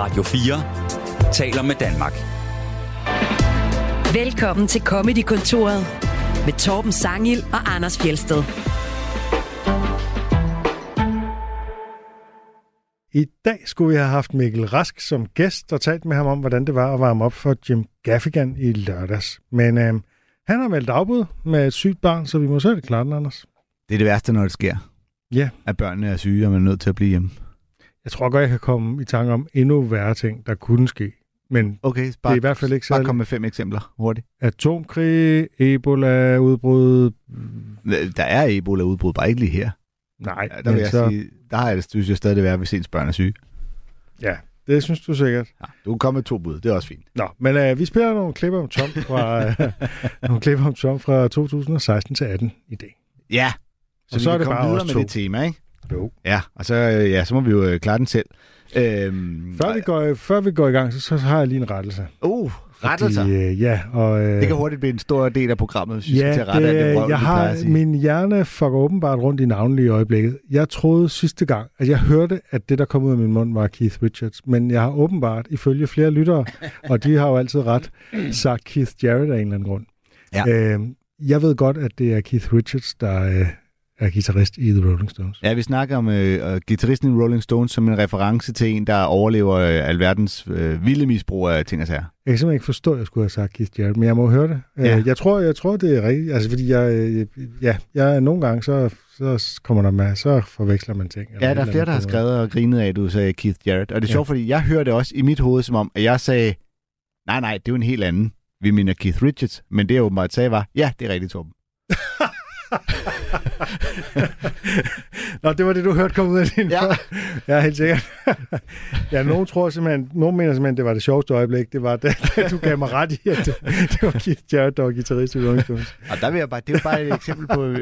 Radio 4 taler med Danmark. Velkommen til Comedy-kontoret med Torben Sangil og Anders Fjeldsted. I dag skulle vi have haft Mikkel Rask som gæst og talt med ham om, hvordan det var at varme op for Jim Gaffigan i lørdags. Men han har meldt afbud med et sygt barn, så vi må se det klart, Anders. Det er det værste, når det sker. Ja. At børnene er syge, og man er nødt til at blive hjemme. Jeg tror godt, jeg kan komme i tanke om endnu værre ting, der kunne ske. Men okay, det er i hvert fald ikke bare kom med 5 eksempler hurtigt. Atomkrig, Ebola-udbrud. Der er Ebola-udbrud, bare ikke lige her. Nej. Ja, der vil jeg sige, der har jeg det, synes jeg stadig det værd, hvis ens børn er syge. Ja, det synes du sikkert. Ja, du kan komme med 2 bud, det er også fint. Nå, men vi spiller nogle klipper om Trump fra 2016 til 18 i dag. Ja, så vi så er det bare videre med det tema, ikke? Jo. Ja, og så, så må vi jo klare den selv. Før vi går i gang, så har jeg lige en rettelse. Rettelser? Det kan hurtigt blive en stor del af programmet, hvis vi skal til at rette af det røv, min hjerne fucker åbenbart rundt i navnlige i øjeblikket. Jeg troede sidste gang, at jeg hørte, at det, der kom ud af min mund, var Keith Richards. Men jeg har åbenbart, ifølge flere lyttere, og de har jo altid ret, sagt Keith Jarrett af en eller anden grund. Ja. Jeg ved godt, at det er Keith Richards, der er guitarist i The Rolling Stones. Ja, vi snakker om guitaristen i Rolling Stones som en reference til en, der overlever alverdens vilde misbrug af ting og sager. Jeg kan simpelthen ikke forstå, at jeg skulle have sagt Keith Jarrett, men jeg må høre det. Ja. Jeg tror, det er rigtigt. Altså, fordi jeg nogle gange, så kommer der med, så forveksler man ting. Ja, der er flere, der har skrevet og grinet af, at du sagde Keith Jarrett. Og det er sjovt, fordi jeg hørte det også i mit hoved, som om, at jeg sagde, nej, det er jo en helt anden. Vi mener Keith Richards, men det jeg åbenbart sagde var, ja, det er rigtigt, Torben. Nå, det var det, du hørte komme ud af din Ja, helt sikkert. Nogen mener simpelthen, det var det sjoveste øjeblik. Det var det, du gav mig ret i, at det var Keith Jarrett, der var guitarist i Rolling Stones. Og der vil jeg bare, det er bare et eksempel på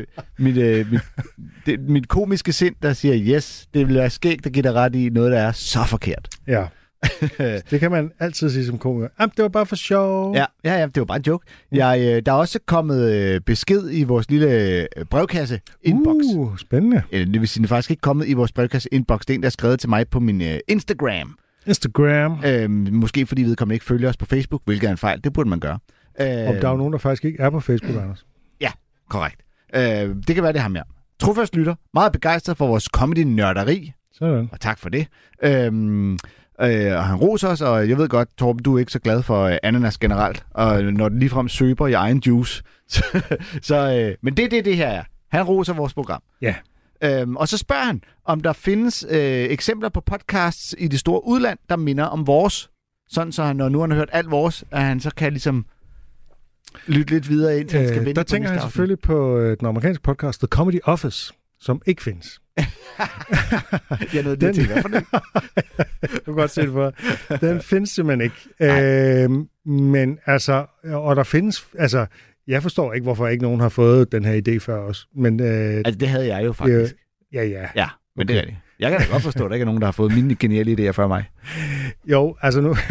mit komiske sind, der siger, yes, det vil være skægt at give dig ret i noget, der er så forkert. Ja. Det kan man altid sige som komiker. Det var bare for sjov. Ja, det var bare en joke. Der er også kommet besked i vores lille brevkasse-inbox. Spændende. Det vil sige, det er faktisk ikke kommet i vores brevkasse-inbox. Det er en, der er skrevet til mig på min Instagram. Måske fordi vedkommende ikke følger os på Facebook, hvilket er en fejl. Det burde man gøre. Og der er jo nogen, der faktisk ikke er på Facebook, Anders. Ja, korrekt. Det kan være, det ham her. Trofast lytter. Meget begejstret for vores comedy-nørderi. Sådan. Og tak for det. Og han roser os, og jeg ved godt, Torben, du er ikke så glad for ananas generelt, og når den ligefrem søber i egen juice. Men det her er. Han roser vores program. Ja. Og så spørger han, om der findes eksempler på podcasts i det store udland, der minder om vores. Sådan så når nu han har hørt alt vores, at han så kan ligesom lytte lidt videre ind, til han skal vente. Der tænker han selvfølgelig på den amerikanske podcast The Comedy Office, som ikke findes. Jeg nåede det til hvad for det. Du kan godt se det for. Den findes simpelthen ikke. Men altså, og der findes, altså, jeg forstår ikke, hvorfor ikke nogen har fået den her idé før os. Men, altså, det havde jeg jo faktisk. Ja, men okay. Det er det. Jeg kan da godt forstå, at der ikke er nogen, der har fået mine geniale idéer før mig. Jo, altså nu...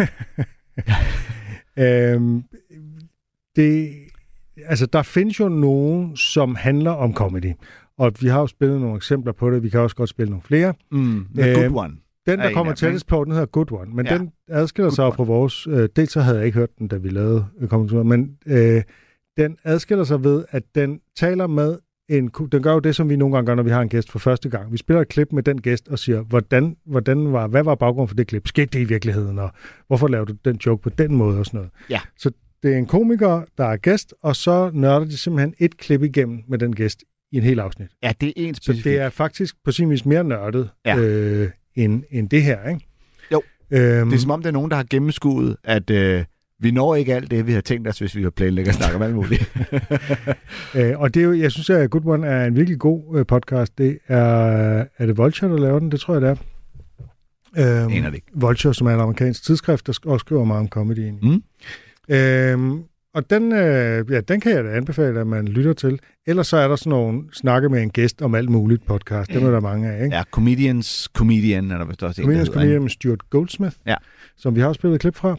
der findes jo nogen, som handler om comedy. Og vi har jo spillet nogle eksempler på det. Vi kan også godt spille nogle flere. The Good One. Den, der kommer tættest på, den hedder Good One. Men den adskiller sig fra vores... Dels så havde jeg ikke hørt den, da vi lavede kommentaren. Men den adskiller sig ved, at den taler med en... Den gør jo det, som vi nogle gange gør, når vi har en gæst for første gang. Vi spiller et klip med den gæst og siger, hvad var baggrunden for det klip? Skete det i virkeligheden? Og hvorfor lavede du den joke på den måde? Og sådan noget. Ja. Så det er en komiker, der er gæst, og så nørder de simpelthen et klip igennem med den gæst i en hel afsnit. Ja, det er en specifik. Så det er faktisk på sin vis mere nørdet end det her, ikke? Jo. Det er som om, der er nogen, der har gennemskuet, at vi når ikke alt det, vi har tænkt os, hvis vi har planlægget at snakke om alt muligt. Og det er jo, jeg synes, at Good One er en virkelig god podcast. Det er det Vulture, der laver den? Det tror jeg, det er. Aner det ikke. Vulture, som er en amerikansk tidsskrift, der også skriver meget om comedy. Og den kan jeg da anbefale, at man lytter til. Ellers så er der sådan nogle snakke med en gæst om alt muligt podcast. Dem er der mange af, ikke? Ja, Comedian, er der vist også Comedians Comedian med Stuart Goldsmith, som vi har også spillet et klip fra.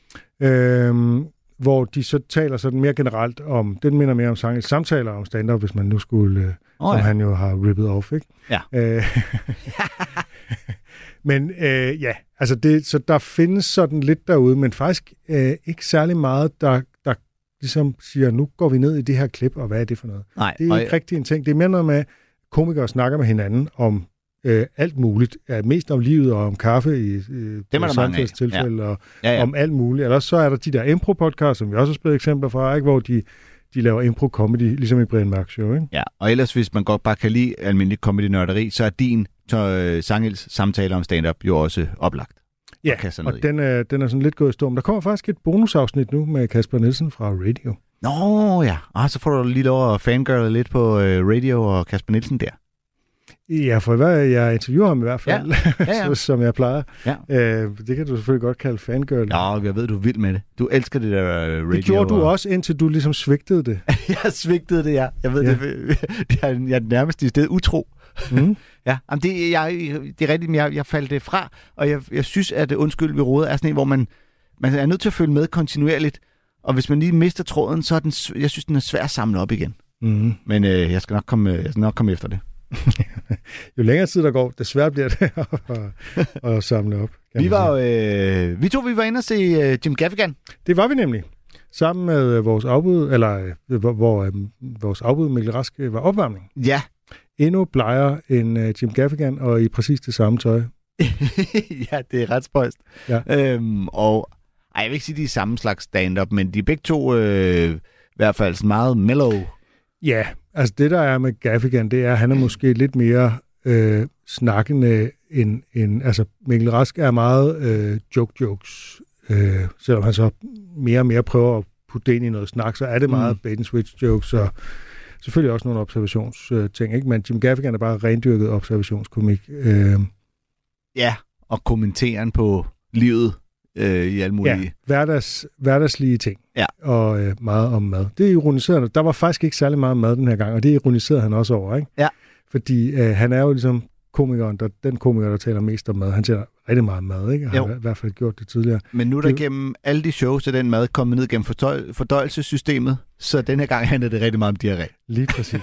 Hvor de så taler sådan mere generelt om, den minder mere om samtaler om stand-up, hvis man nu skulle, som han jo har rippet off, ikke? Ja. Men ja, altså så der findes sådan lidt derude, men faktisk ikke særlig meget, der ligesom siger, nu går vi ned i det her klip, og hvad er det for noget? Nej, det er ikke rigtig en ting. Det er mere noget med, at komikere snakker med hinanden om alt muligt. Mest om livet og om kaffe i samfundstilfælde, og om alt muligt. Ellers så er der de der impro-podcasts, som vi også har spillet eksempler fra, ikke? Hvor de laver impro-comedy, ligesom i Brian Mørk Show, ikke? Ja, og ellers hvis man godt bare kan lide almindelig comedy-nørderi, så er din Sangils samtale om stand-up jo også oplagt. Ja, og den er sådan lidt gået i stå. Men der kommer faktisk et bonusafsnit nu med Kasper Nielsen fra Radio. Nå ja, så får du lige lov at fangirle lidt på Radio og Kasper Nielsen der. Ja, for hvad jeg interviewer ham i hvert fald, ja. som jeg plejer. Ja. Det kan du selvfølgelig godt kalde fangirl. Ja, jeg ved, du vil med det. Du elsker det der Radio. Det gjorde du også, indtil du ligesom svigtede det. Jeg svigtede det, ja. Jeg ved, jeg er nærmest i stedet utro. Mm. Ja, det er rigtigt, men jeg faldt det fra, og jeg synes, at undskyld ved rådet er sådan en, hvor man er nødt til at følge med kontinuerligt, og hvis man lige mister tråden, så er jeg synes, den er svær at samle op igen. Mm. Men jeg skal nok komme efter det. Jo længere tid der går, det svært bliver det at samle op. Vi var inde og se Jim Gaffigan. Det var vi nemlig. Sammen med vores afbud, hvor vores afbud Mikkel Rask var opvarmning. Ja. Endnu blegere end Jim Gaffigan, og i præcis det samme tøj. Ja, det er ret spøjst. Ja. Og jeg vil ikke sige, de er samme slags stand-up, men de er begge to i hvert fald meget mellow. Ja, altså det der er med Gaffigan, det er, at han er måske lidt mere snakkende end altså Mikkel Rask er meget jokes. Selvom han så mere og mere prøver at putte det ind i noget snak, så er det meget bait and switch jokes, og selvfølgelig også nogle observationsting, ikke? Men Jim Gaffigan er bare rendyrket observationskomik. Ja, og kommenteren på livet i alle mulige... Ja, hverdagslige ting. Ja. Og meget om mad. Det er ironiseret. Der var faktisk ikke særlig meget mad den her gang, og det ironiserede han også over, ikke? Ja. Fordi han er jo ligesom den komiker, der taler mest om mad. Han taler rigtig meget mad, ikke? Og har i hvert fald gjort det tidligere. Men nu er der gennem alle de shows, at den mad kommet ned gennem fordøjelsessystemet, så den her gang handler det rigtig meget om diarré. Lige præcis.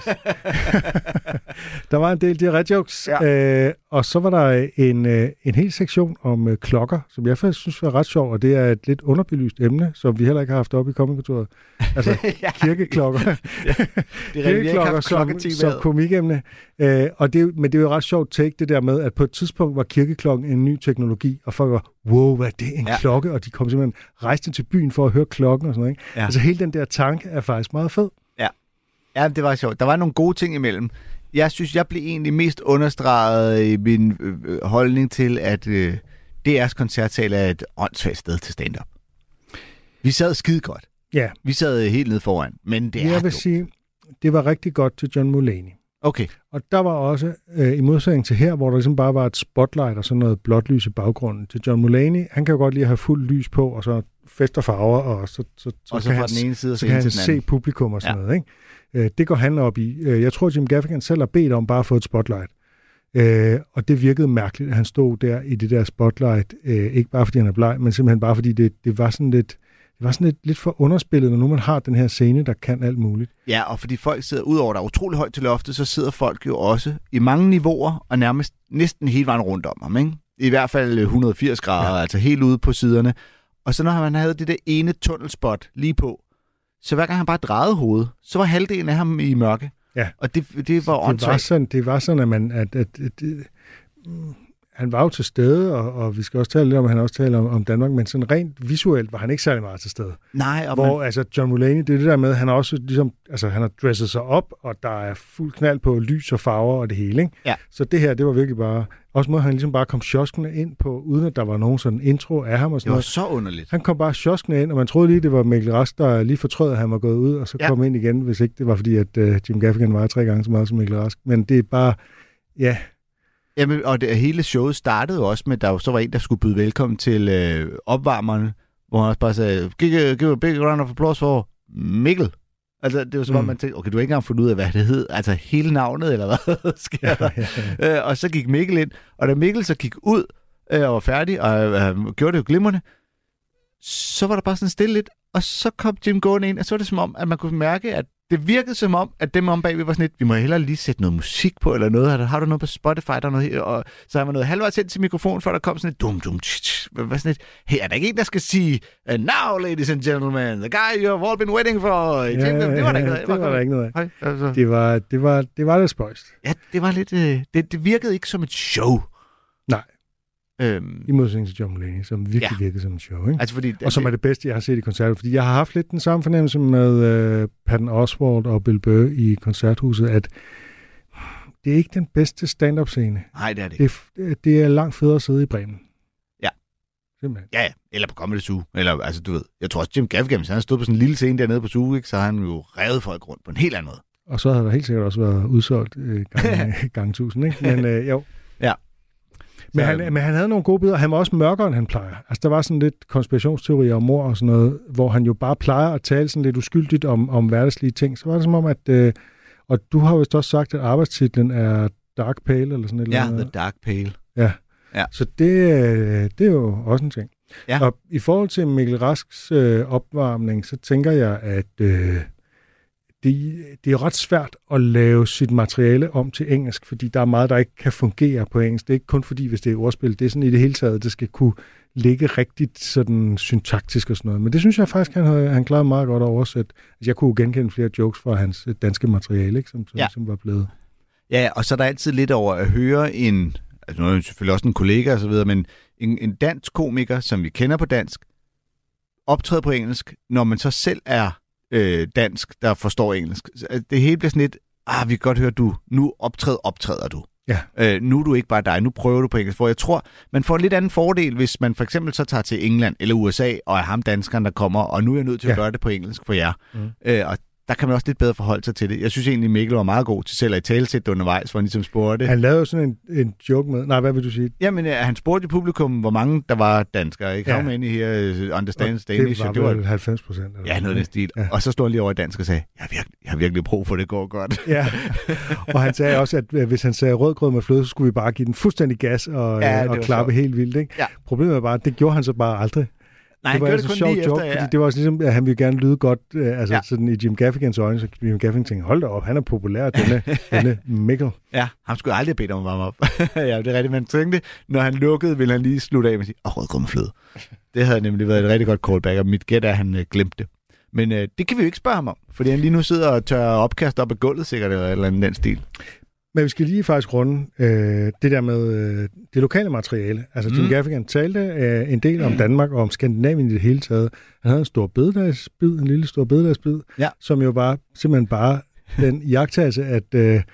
Der var en del diarré-jokes, og så var der en hel sektion om klokker, som jeg faktisk synes var ret sjov, og det er et lidt underbelyst emne, som vi heller ikke har haft oppe i Comedy-kontoret. Altså kirkeklokker. Det er kirkeklokker som komikemne. Men det er jo ret sjovt take, det der med, at på et tidspunkt var kirkeklokken en ny teknologi, og folk var, wow, hvad er det, en klokke? Og de kom simpelthen rejste til byen for at høre klokken og sådan noget, ikke? Ja. Altså hele den der tanke er faktisk meget fed. Ja, det var sjovt. Der var nogle gode ting imellem. Jeg synes, jeg blev egentlig mest understreget i min holdning til, at DR's koncertsal er et åndssvagt sted til stand-up. Vi sad skide godt. Ja. Vi sad helt nede foran, men det er jeg vil sige, det var rigtig godt til John Mulaney. Okay. Og der var også, i modsætning til her, hvor der ligesom bare var et spotlight og sådan noget blåt lys i baggrunden, til John Mulaney, han kan jo godt lide at have fuld lys på, og så fest og farver, og så kan han, den ene side, så kan han se publikum og sådan noget, ikke? Det går han op i. Jeg tror, Jim Gaffigan selv har bedt om bare at få et spotlight. Og det virkede mærkeligt, at han stod der i det der spotlight, ikke bare fordi han er bleg, men simpelthen bare fordi det var sådan lidt... Det var sådan lidt for underspillet, når nu man har den her scene, der kan alt muligt. Ja, og fordi folk sidder udover, der er utrolig højt til loftet, så sidder folk jo også i mange niveauer, og næsten hele vejen rundt om ham, ikke? I hvert fald 180 grader, altså helt ude på siderne. Og så når man havde det der ene tunnelspot lige på, så hver gang han bare drejede hovedet, så var halvdelen af ham i mørke. Ja. Og det var åndssvagt. Det var sådan, at man... Han var jo til stede, og vi skal også tale lidt om, at han også taler om Danmark, men sådan rent visuelt var han ikke særlig meget til stede. Nej. Altså John Mulaney, det er det der med, at han også ligesom, altså han har dresset sig op, og der er fuld knald på lys og farver og det hele, ikke? Ja. Så det her, det var virkelig bare, også måde han ligesom bare kom sjoskende ind på, uden at der var nogen sådan intro af ham og sådan noget. Det var så underligt. Han kom bare sjoskende ind, og man troede lige, det var Mikkel Rask, der lige fortrød, at han var gået ud, og så kom ind igen, hvis ikke det var fordi, at Jim Gaffigan var 3 gange så meget som Mikkel Rask. Men det er bare, ja... Jamen, og hele showet startede jo også med, at der så var en, der skulle byde velkommen til opvarmerne, hvor han også bare sagde, give a big round of applause for Mikkel. Altså, det var som om, man tænkte, okay, du har ikke engang fundet ud af, hvad det hed. Altså, hele navnet, eller hvad sker der? Ja. Og så gik Mikkel ind, og da Mikkel så gik ud og var færdig, og gjorde det jo glimrende, så var der bare sådan stille lidt, og så kom Jim gående ind, og så var det som om, at man kunne mærke, at det virkede som om, at dem om bagved var sådan lidt, vi må hellere lige sætte noget musik på, eller noget. Har du noget på Spotify, der noget, og så har man noget halvvejs hen til mikrofonen, før der kom sådan et sådan et, hey, er der ikke en, der skal sige, now, ladies and gentlemen, the guy you have all been waiting for. Ja, det var der ikke noget af. Det var der ikke noget af. Altså. Det var lidt spøjst. Ja, det var lidt, det virkede ikke som et show. Nej. I modsætning til John Mulaney, som virkelig virkede som et show, ikke? Altså, fordi, og som er det bedste, jeg har set i koncerter. Fordi jeg har haft lidt den samme fornemmelse med Patton Oswalt og Bill Burr i Koncerthuset, at det er ikke den bedste stand-up-scene. Nej, det er det ikke. Det er langt federe at sidde i Bremen. Ja. Simpelthen. Ja, eller på Comedy Zoo. Eller, altså, du ved, jeg tror også, Jim Gaffigan, han har stået på sådan en lille scene dernede på Zoo, ikke? Så har han jo revet folk rundt på en helt anden måde. Og så havde der helt sikkert også været udsolgt gang 1000, ikke? Men jo. Ja. Men han havde nogle gode bidder. Han var også mørkere, end han plejer. Altså, der var sådan lidt konspirationsteorier om mord og sådan noget, hvor han jo bare plejer at tale sådan lidt uskyldigt om hverdagslige ting. Så var det som om, at... og du har vist også sagt, at arbejdstitlen er Dark Pale, eller sådan et eller andet. Ja, The Dark Pale. Ja. Så det er jo også en ting. Ja. Og i forhold til Mikkel Rasks opvarmning, så tænker jeg, at... Det er ret svært at lave sit materiale om til engelsk, fordi der er meget, der ikke kan fungere på engelsk. Det er ikke kun fordi, hvis det er ordspil. Det er sådan i det hele taget, det skal kunne ligge rigtigt sådan syntaktisk og sådan noget. Men det synes jeg faktisk, han klarede meget godt at oversætte. Altså, jeg kunne genkende flere jokes fra hans danske materiale, ikke, som var blevet. Ja, og så er der altid lidt over at høre en, altså nu er det selvfølgelig også en kollega og så videre, men en dansk komiker, som vi kender på dansk, optræder på engelsk, når man så selv er dansk, der forstår engelsk. Det hele bliver sådan lidt, vi kan godt høre, du nu optræder du. Ja. Nu er du ikke bare dig, nu prøver du på engelsk. For jeg tror, man får en lidt anden fordel, hvis man for eksempel så tager til England eller USA, og er ham danskeren, der kommer, og nu er jeg nødt til at gøre det på engelsk for jer. Og der kan man også lidt bedre forholde sig til det. Jeg synes egentlig, Mikkel var meget god til selv at italesætte undervejs, hvor han ligesom spurgte. Han lavede jo sådan en joke med... Nej, hvad vil du sige? Jamen, han spurgte i publikum, hvor mange der var danskere. Ikke? How many here understands Danish? Det var vel 90%. Ja, noget af den stil. Ja. Og så stod han lige over i dansk og sagde, jeg har virkelig brug for, det går godt. Ja, og han sagde også, at hvis han sagde rødgrød med fløde, så skulle vi bare give den fuldstændig gas og klappe helt vildt. Ikke? Ja. Problemet er bare, at det gjorde han så bare aldrig. Nej, det var altså en sjov joke, fordi det var også ligesom, at han ville gerne lyde godt, sådan i Jim Gaffigans øjne, så Jim Gaffigan tænkte, hold da op, han er populær, denne Mikkel. Ja, ham skulle jeg aldrig have bedt om at varme op. Ja, det er rigtigt, man tænkte, når han lukkede, ville han lige slutte af med at sige, rødgrød med fløde. Det havde nemlig været et rigtig godt callback, og mit gæt er, at han glemte det. Men det kan vi jo ikke spørge ham om, fordi han lige nu sidder og tør opkast op af gulvet, sikkert, eller et eller andet den stil. Men vi skal lige faktisk runde det der med det lokale materiale. Altså Jim Gaffigan talte en del om Danmark og om Skandinavien i det hele taget. Han havde en lille stor bededagsbid, som jo var simpelthen bare den iagttagelse, at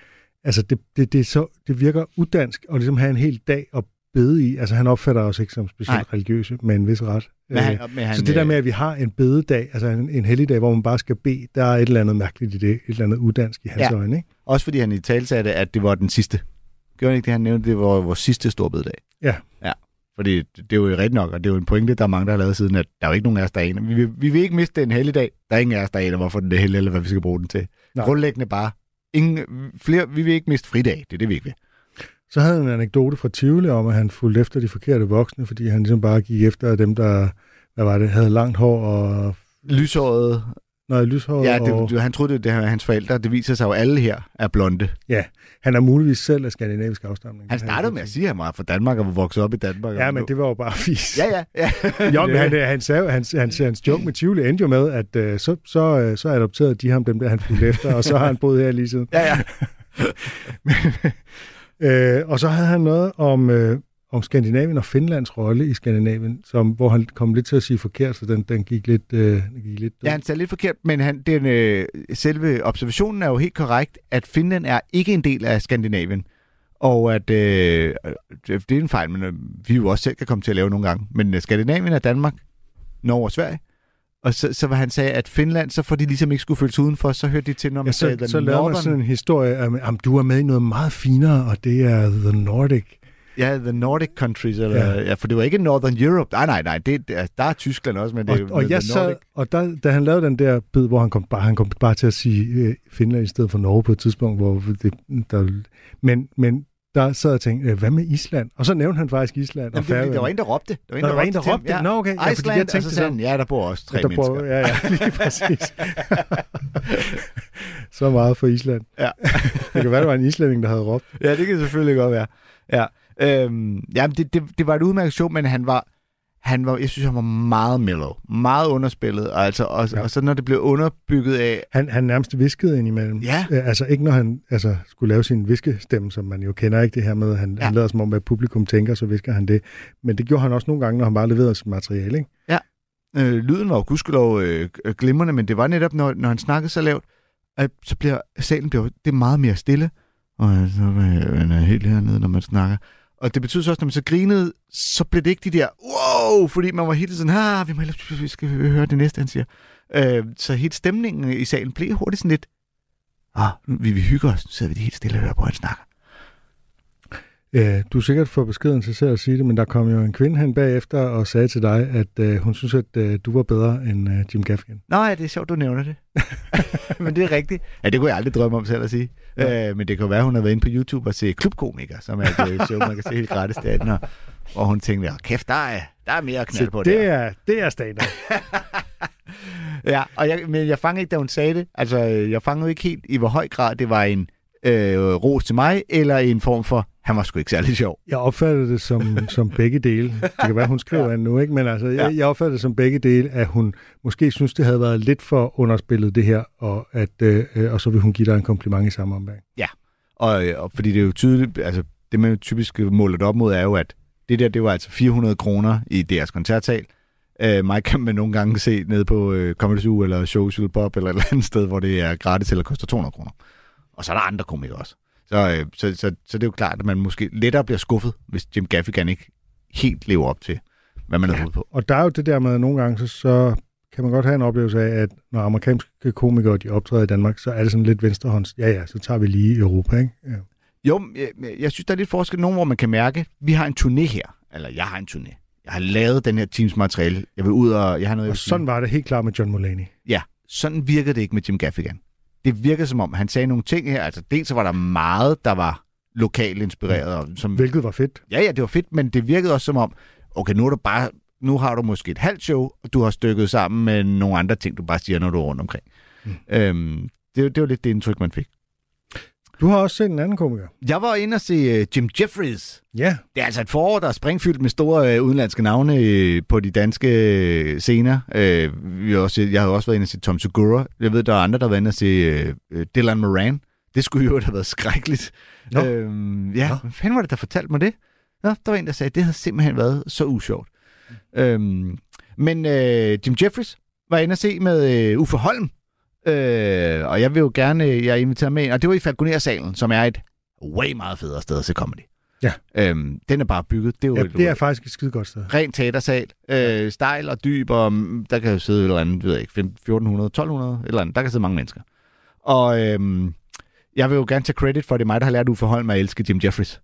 det virker udansk at ligesom have en hel dag at bede i. Altså han opfatter os ikke som specielt religiøse med en vis ret. Så det der med, at vi har en bededag, altså en helligdag, hvor man bare skal bede, der er et eller andet mærkeligt i det, et eller andet udansk i hans øjne, ikke? Også fordi han i tale sagde, at det var den sidste. Gjorde han ikke det, han nævnte, det var vores sidste storbededag? Ja. Fordi det er jo rigtigt nok, og det er jo en pointe, der er mange, der har lavet siden, at der er jo ikke nogen af os, der aner. Vi vil ikke miste en helligdag. Der er ingen af os, der aner, hvorfor den er hellig, eller hvad vi skal bruge den til. Nej. Grundlæggende bare. Vi vil ikke miste fridag. Det er det, vi ikke vil. Så havde han en anekdote fra Tivoli om, at han fulgte efter de forkerte voksne, fordi han ligesom bare gik efter dem, der havde langt hår og... Lyshåret. Lyshåret. Ja, han troede, det var hans forældre. Det viser sig jo, at alle her er blonde. Ja, han er muligvis selv af skandinavisk afstamning. Han startede med at sige, at han var fra Danmark og voksede op i Danmark. Ja, men det var jo bare fis. Ja. Jo, men han sagde, hans joke med Tivoli endte jo med, at så adopterede de ham dem, der han fulgte efter, og så har han boet her lige siden. Ja. Og så havde han noget om Skandinavien og Finlands rolle i Skandinavien, hvor han kom lidt til at sige forkert, så den gik lidt Ja, han sagde lidt forkert, men selve observationen er jo helt korrekt, at Finland er ikke en del af Skandinavien. Og at det er en fejl, men vi jo også selv kan komme til at lave nogle gange. Men Skandinavien er Danmark, Norge og Sverige. Og så var han sagde, at Finland, så får de ligesom ikke skulle følge sig udenfor, så hørte de til, når man sagde... Så lavede man sådan en historie om, du er med i noget meget finere, og det er The Nordic. Ja, The Nordic countries, eller, for det var ikke Northern Europe. Nej, der er Tyskland også, men det er og jeg sad, og da han lavede den der bid, hvor han kom bare til at sige Finland i stedet for Norge på et tidspunkt, hvor men der sad jeg og tænkte, hvad med Island? Og så nævnte han faktisk Island. Jamen, der var en, der råbte. Der var en, der råbte? Ja. Nå, okay. Iceland, og så sagde han, der bor også 3 mennesker. Ja, lige præcis. Så meget for Island. Ja. Det kan være, det var en islænding, der havde råbt. Ja, det kan selvfølgelig godt være. Ja. Det var et udmærket show, men han var, jeg synes, han var meget mellow. Meget underspillet. Og så når det blev underbygget af... Han nærmest viskede ind imellem. Ja. Altså ikke når han skulle lave sin viskestemme, som man jo kender, ikke det her med, han lader som om, hvad publikum tænker, så visker han det. Men det gjorde han også nogle gange, når han bare leverede sit materiale, ikke? Ja. Lyden var jo gudskelov glimrende, men det var netop, når han snakkede så lavt, så bliver salen det er meget mere stille. Og så man er helt hernede, når man snakker. Og det betyder så også, når man så grinede, så blev det ikke de der, wow, fordi man var helt sådan, vi skal høre det næste, han siger. Så helt stemningen i salen blev hurtigt sådan lidt, vi hygger os, så sidder vi helt stille og hører på, han snakker. Du er sikkert for beskeden til selv at sige det, men der kom jo en kvinde hen bagefter og sagde til dig, at hun synes, at du var bedre end Jim Gaffigan. Nå ja, det er sjovt, du nævner det. Men det er rigtigt. Ja, det kunne jeg aldrig drømme om selv at sige. Ja. Men det kan være, hun har været inde på YouTube og se Klubkomiker, som er et show, man kan se helt gratis derinde. Og hun tænkte, kæft, der er mere at knalde på der. Det er stand-up. Ja, men jeg fangede ikke, da hun sagde det. Altså, jeg fangede ikke helt, i hvor høj grad det var en ros til mig, eller en form for, han var sgu ikke særlig sjov. Jeg opfattede det som begge dele. Det kan være, hun skriver nu, ikke? Men altså, jeg opfattede det som begge dele, at hun måske synes, det havde været lidt for underspillet det her, og så vil hun give dig en kompliment i samme omgang. Ja, og fordi det er jo tydeligt, altså det man jo typisk måler det op mod, er jo, at det var altså 400 kroner i deres koncertsal. Mig kan man nogle gange se nede på Comedy Zoo eller Social Pop eller et eller andet sted, hvor det er gratis eller koster 200 kroner. Og så er der andre komikere også. Så det er jo klart, at man måske lettere bliver skuffet, hvis Jim Gaffigan ikke helt lever op til, hvad man har hovedet på. Og der er jo det der med, at nogle gange, så kan man godt have en oplevelse af, at når amerikanske komikere de optræder i Danmark, så er det sådan lidt venstrehånds. Ja, så tager vi lige Europa, ikke? Ja. Jo, jeg synes, der er lidt forskel. Nogen, hvor man kan mærke, vi har en turné her. Eller jeg har en turné. Jeg har lavet den her teams materiale. Jeg vil ud og... Jeg har noget, og sådan var det helt klart med John Mulaney. Ja, sådan virkede det ikke med Jim Gaffigan. Det virkede som om, han sagde nogle ting her. Altså, dels så var der meget, der var lokalt inspireret. Hvilket var fedt. Ja, det var fedt, men det virkede også som om, okay, nu har du måske et halvt show, og du har stykket sammen med nogle andre ting, du bare siger, når du er rundt omkring. Det var lidt det indtryk, man fik. Du har også set en anden komiker. Jeg var inde og se Jim Jeffries. Ja. Det er altså et forår, der er springfyldt med store udenlandske navne på de danske scener. Jeg har også været inde og se Tom Segura. Jeg ved, der er andre, der har været inde og se Dylan Moran. Det skulle jo have været skrækkeligt. Hvad fanden var det, der fortalte mig det? Nå, der var en, der sagde, at det havde simpelthen været så usjovt. Men Jim Jeffries var inde og se med Uffe Holm. Og jeg vil jo gerne, jeg inviterer med, og det var i Falconer-salen, som er et way meget federe sted at se comedy. Ja. Den er bare bygget. Det er faktisk et skide godt sted. Rent teatersal, stejl og dyb, og der kan jo sidde et eller andet, ved jeg ikke, 1400, 1200, eller andet. Der kan sidde mange mennesker. Og jeg vil jo gerne tage credit for, det er mig, der har lært Uffe Holm at elske Jim Jeffries.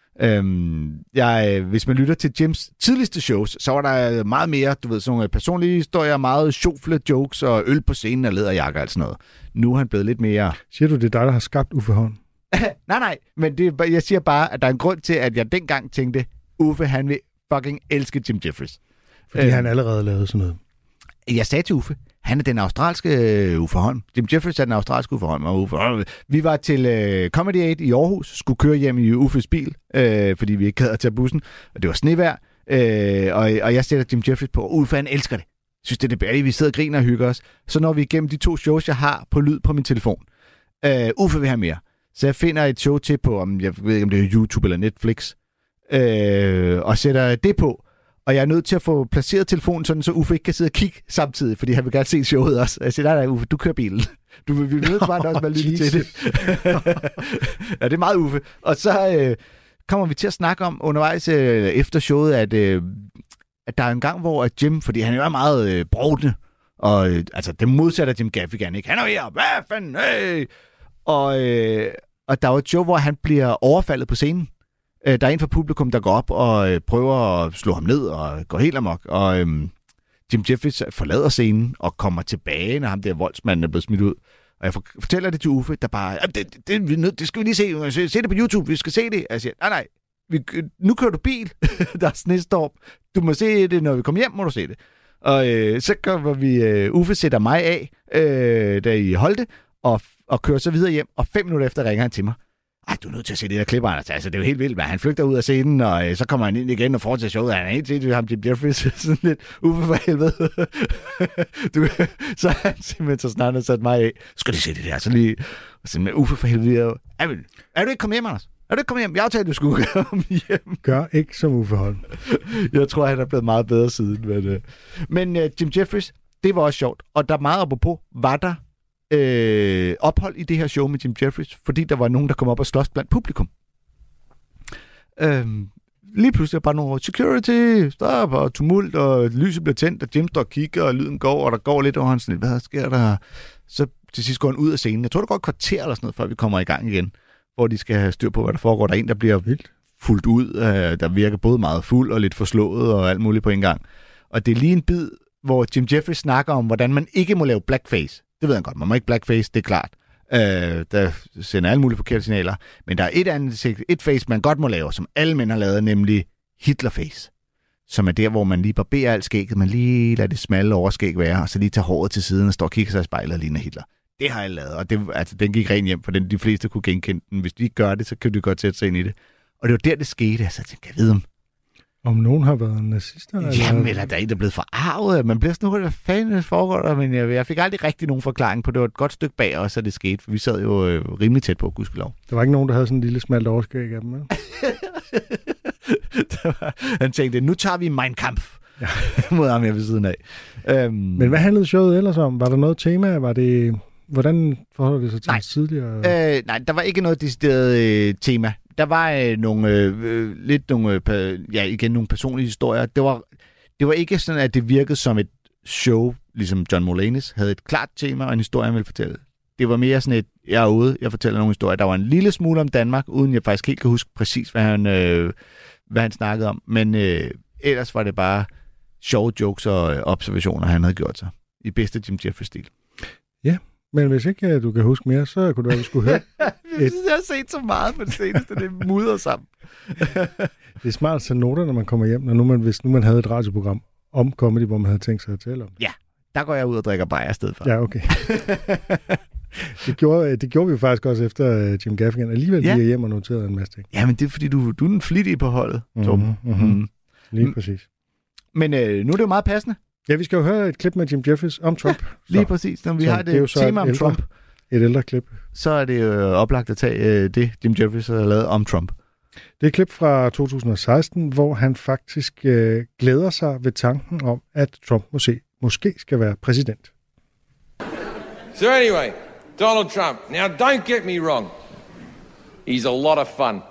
Hvis man lytter til Jims tidligste shows, så var der meget mere, du ved, sådan nogle personlige historier, meget sjofle jokes og øl på scenen og læderjakker og sådan noget. Nu er han blevet lidt mere... Siger du, det er dig, der har skabt Uffe Holm? nej, men jeg siger bare, at der er en grund til, at jeg dengang tænkte, Uffe, han vil fucking elske Jim Jeffries. Fordi han allerede lavede sådan noget. Jeg sagde til Uffe, han er den australske Uffe Holm. Jim Jeffries er den australske Uffe Holm. Og vi var til Comedy Aid i Aarhus, skulle køre hjem i Uffes bil, fordi vi ikke havde at tage bussen, og det var snevejr. Og jeg sætter Jim Jeffries på, Uffe, han elsker det. Synes, det er det bedre, vi sidder og griner og hygger os. Så når vi igennem de 2 shows, jeg har på lyd på min telefon. Uffe vil have mere. Så jeg finder et show til på, jeg ved ikke, om det er YouTube eller Netflix, og sætter det på. Og jeg er nødt til at få placeret telefonen sådan, så Uffe ikke kan sidde og kigge samtidig, fordi han vil gerne se showet også. Jeg siger, nej, Uffe, du kører bilen. Du vil nødt til også med at lytte til det. Ja, det er meget Uffe. Og så kommer vi til at snakke om undervejs efter showet, at der er en gang, hvor at Jim, fordi han er meget brovdende, og altså det modsætter Jim Gaffigan, ikke? Han er her, hvad fanden, hey! Og der er jo et show, hvor han bliver overfaldet på scenen. Der er en fra publikum, der går op og prøver at slå ham ned og går helt amok. Og Jim Jeffries forlader scenen og kommer tilbage, når ham der voldsmanden er blevet smidt ud. Og jeg fortæller det til Uffe, der bare, det skal vi lige se. Se det på YouTube, vi skal se det. Og jeg siger, nej, nu kører du bil. Der er snestorm. Du må se det, når vi kommer hjem, må du se det. Og så kommer vi, Uffe sætter mig af, da I Holte, og kører så videre hjem, og 5 minutter efter ringer han til mig. Ej, du er nødt til at se det der klip, Anders. Altså, det er jo helt vildt, man. Han flygter ud af scenen, og så kommer han ind igen og fortsætter showet. Han er helt til ham, Jim Jeffries, sådan lidt Uffe for helvede. Så han simpelthen så snart sat mig af. Skal de se det der? Så lige, med Uffe for helvede. Er du ikke kommet hjem, Anders? Er du ikke kommet hjem? Jeg aftalte, du skulle komme hjem. Gør ikke som Uffe Holm. Jeg tror, han er blevet meget bedre siden. Men Jim Jeffries, det var også sjovt. Og der meget apropos, var der ophold i det her show med Jim Jeffries, fordi der var nogen, der kom op og slås blandt publikum. Lige pludselig er bare nogle security, stop, og tumult, og lyset bliver tændt, og Jim står og kigger, og lyden går, og der går lidt over hans lidt. Hvad sker der? Så til sidst går han ud af scenen. Jeg tror, der går et kvarter eller sådan noget, før vi kommer i gang igen, hvor de skal have styr på, hvad der foregår. Der er en, der bliver vildt fuldt ud, der virker både meget fuld og lidt forslået, og alt muligt på en gang. Og det er lige en bid, hvor Jim Jeffries snakker om, hvordan man ikke må lave blackface. Det ved han godt. Man må ikke blackface, det er klart. Der sender alle mulige forkerte signaler. Men der er et face, man godt må lave, som alle mænd har lavet, nemlig Hitlerface. Som er der, hvor man lige barberer alt skægget, man lige lader det smalle overskæg være, og så lige tager håret til siden og står og kigger sig i spejlet og ligner Hitler. Det har jeg lavet, og den gik rent hjem, for de fleste kunne genkende den. Hvis de ikke gør det, så kan de godt sætte sig ind i det. Og det var der, det skete. Så jeg tænkte, jeg ved om nogen har været nazister? Jamen, eller der er en, der er blevet forarvet. Man bliver sådan noget, hvad fanden foregår der? Men jeg fik aldrig rigtig nogen forklaring på det. Det var et godt stykke bag os, at det skete, for vi sad jo rimelig tæt på, gudskelov. Der var ikke nogen, der havde sådan en lille smalt overskæg af dem, ja? Han tænkte, nu tager vi Mein Kampf mod ham her ved siden af. Men hvad handlede showet ellers om? Var der noget tema? Var det... Hvordan forholder det sig til tidligere? Nej, der var ikke noget decideret tema. Der var nogle personlige historier. Det var ikke sådan, at det virkede som et show, ligesom John Mulaney's havde et klart tema og en historie, han ville fortælle. Det var mere sådan jeg er ude, jeg fortæller nogle historier. Der var en lille smule om Danmark, uden jeg faktisk helt kan huske præcis, hvad han snakkede om. Men ellers var det bare sjove jokes og observationer, han havde gjort sig. I bedste Jim Jeffries-stil. Ja. Men hvis ikke du kan huske mere, så kunne du også skulle høre. Jeg har set så meget på det seneste, det er mudret sammen. Det er smart at tage noter, når man kommer hjem, hvis nu man havde et radioprogram om comedy, hvor man havde tænkt sig at tale om. Ja, der går jeg ud og drikker bajer i stedet for. Ja, okay. Det gjorde vi jo faktisk også efter Jim Gaffigan. Alligevel lige hjem og noterede en masse ting. Ja, men det er fordi, du er den flittige på holdet, Torben. Lige præcis. Men nu er det jo meget passende. Ja, vi skal jo høre et klip med Jim Jeffries om Trump. Lige præcis. Når vi har det tema om Trump. Et ældre klip. Så er det jo oplagt at tage det, Jim Jeffries har lavet om Trump. Det er et klip fra 2016, hvor han faktisk glæder sig ved tanken om, at Trump måske skal være præsident. So anyway, Donald Trump. Now don't get me wrong. He's a lot of fun.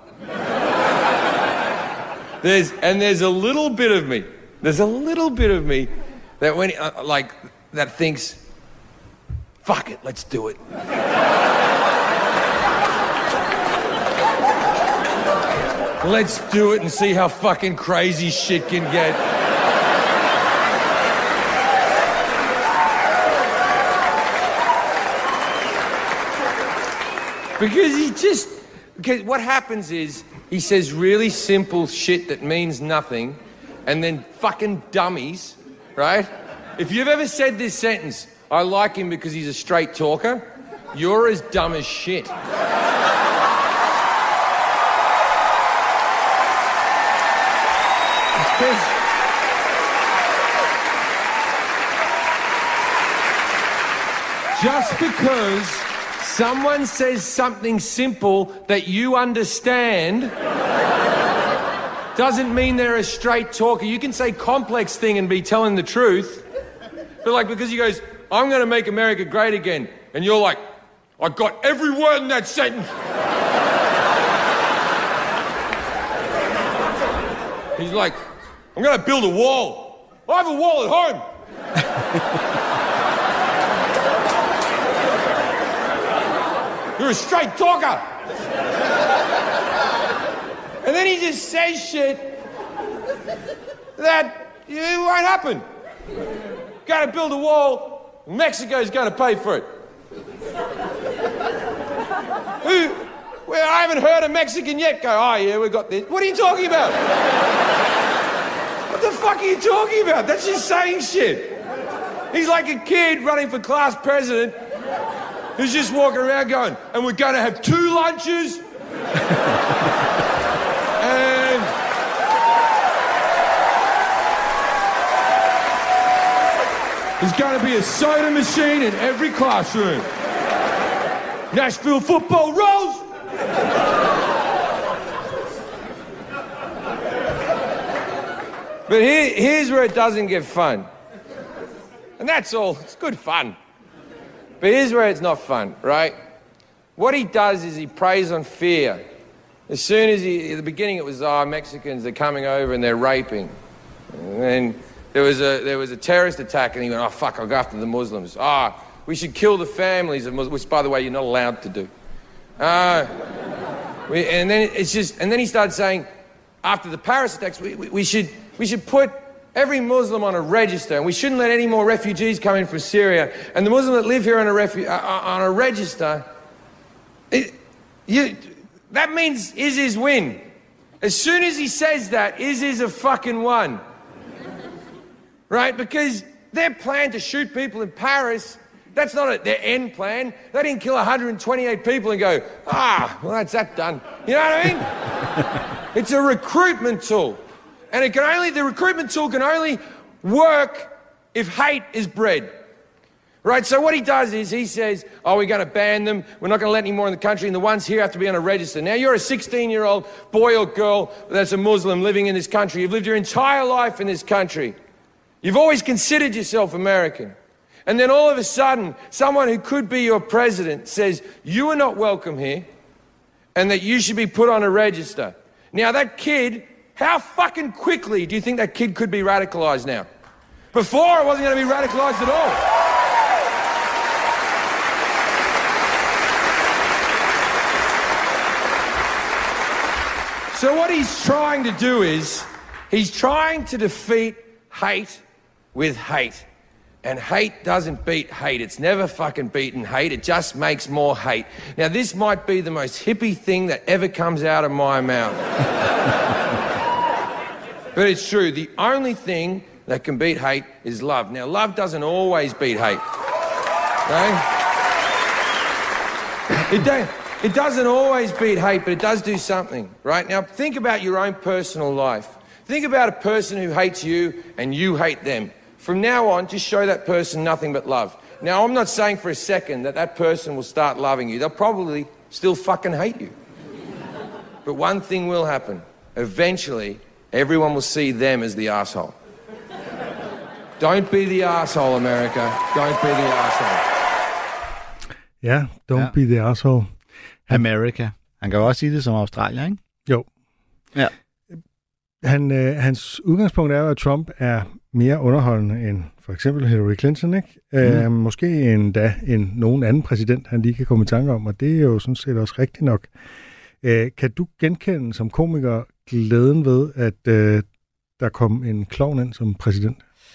There's a little bit of me. There's a little bit of me that when that thinks, fuck it, let's do it. Let's do it and see how fucking crazy shit can get. Because what happens is he says really simple shit that means nothing. And then fucking dummies, right? If you've ever said this sentence, I like him because he's a straight talker, you're as dumb as shit. Just because someone says something simple that you understand doesn't mean they're a straight talker. You can say complex thing and be telling the truth. But because he goes, I'm going to make America great again. And you're like, I got every word in that sentence. He's like, I'm going to build a wall. I have a wall at home. You're a straight talker. And then he just says shit that it won't happen. Got to build a wall. Mexico's going to pay for it. I haven't heard a Mexican yet go, oh yeah, we got this. What are you talking about? What the fuck are you talking about? That's just saying shit. He's like a kid running for class president who's just walking around going, and we're going to have 2 lunches. And there's going to be a soda machine in every classroom. Nashville football rolls. But here's where it doesn't get fun. And that's all. It's good fun. But here's where it's not fun, right? What he does is he preys on fear. As soon as at the beginning it was, Mexicans, they're coming over and they're raping. And then there was a terrorist attack and he went, fuck, I'll go after the Muslims. We should kill the families of Muslims, which, by the way, you're not allowed to do. And then he started saying, after the Paris attacks, we should put every Muslim on a register, and we shouldn't let any more refugees come in from Syria. And the Muslims that live here on a register, that means ISIS win. As soon as he says that, ISIS have fucking won. Right? Because their plan to shoot people in Paris, that's not their end plan. They didn't kill 128 people and go, well, that's that done. You know what I mean? It's a recruitment tool. And the recruitment tool can only work if hate is bred. Right? So what he does is he says, we're going to ban them. We're not going to let any more in the country. And the ones here have to be on a register. Now, you're a 16-year-old boy or girl that's a Muslim living in this country. You've lived your entire life in this country. You've always considered yourself American. And then all of a sudden, someone who could be your president says, you are not welcome here and that you should be put on a register. Now, that kid, how fucking quickly do you think that kid could be radicalized now? Before, it wasn't going to be radicalized at all. So what he's trying to do is, he's trying to defeat hate with hate. And hate doesn't beat hate. It's never fucking beaten hate. It just makes more hate. Now, this might be the most hippie thing that ever comes out of my mouth. But it's true. The only thing that can beat hate is love. Now, love doesn't always beat hate. Okay? It doesn't always beat hate, but it does do something, right? Now, think about your own personal life. Think about a person who hates you and you hate them. From now on, just show that person nothing but love. Now, I'm not saying for a second that person will start loving you. They'll probably still fucking hate you. But one thing will happen. Eventually, everyone will see them as the asshole. Don't be the asshole, America. Don't be the asshole. Ja, don't be the asshole. America. Han kan jo også sige det som Australien, ikke? Jo. Ja. Hans udgangspunkt er jo, at Trump er mere underholdende end for eksempel Hillary Clinton, ikke? Måske endda end nogen anden præsident, han lige kan komme i tanke om, og det er jo sådan set også rigtigt nok. Kan du genkende som komiker glæden ved, at der kom en klovn ind som præsident?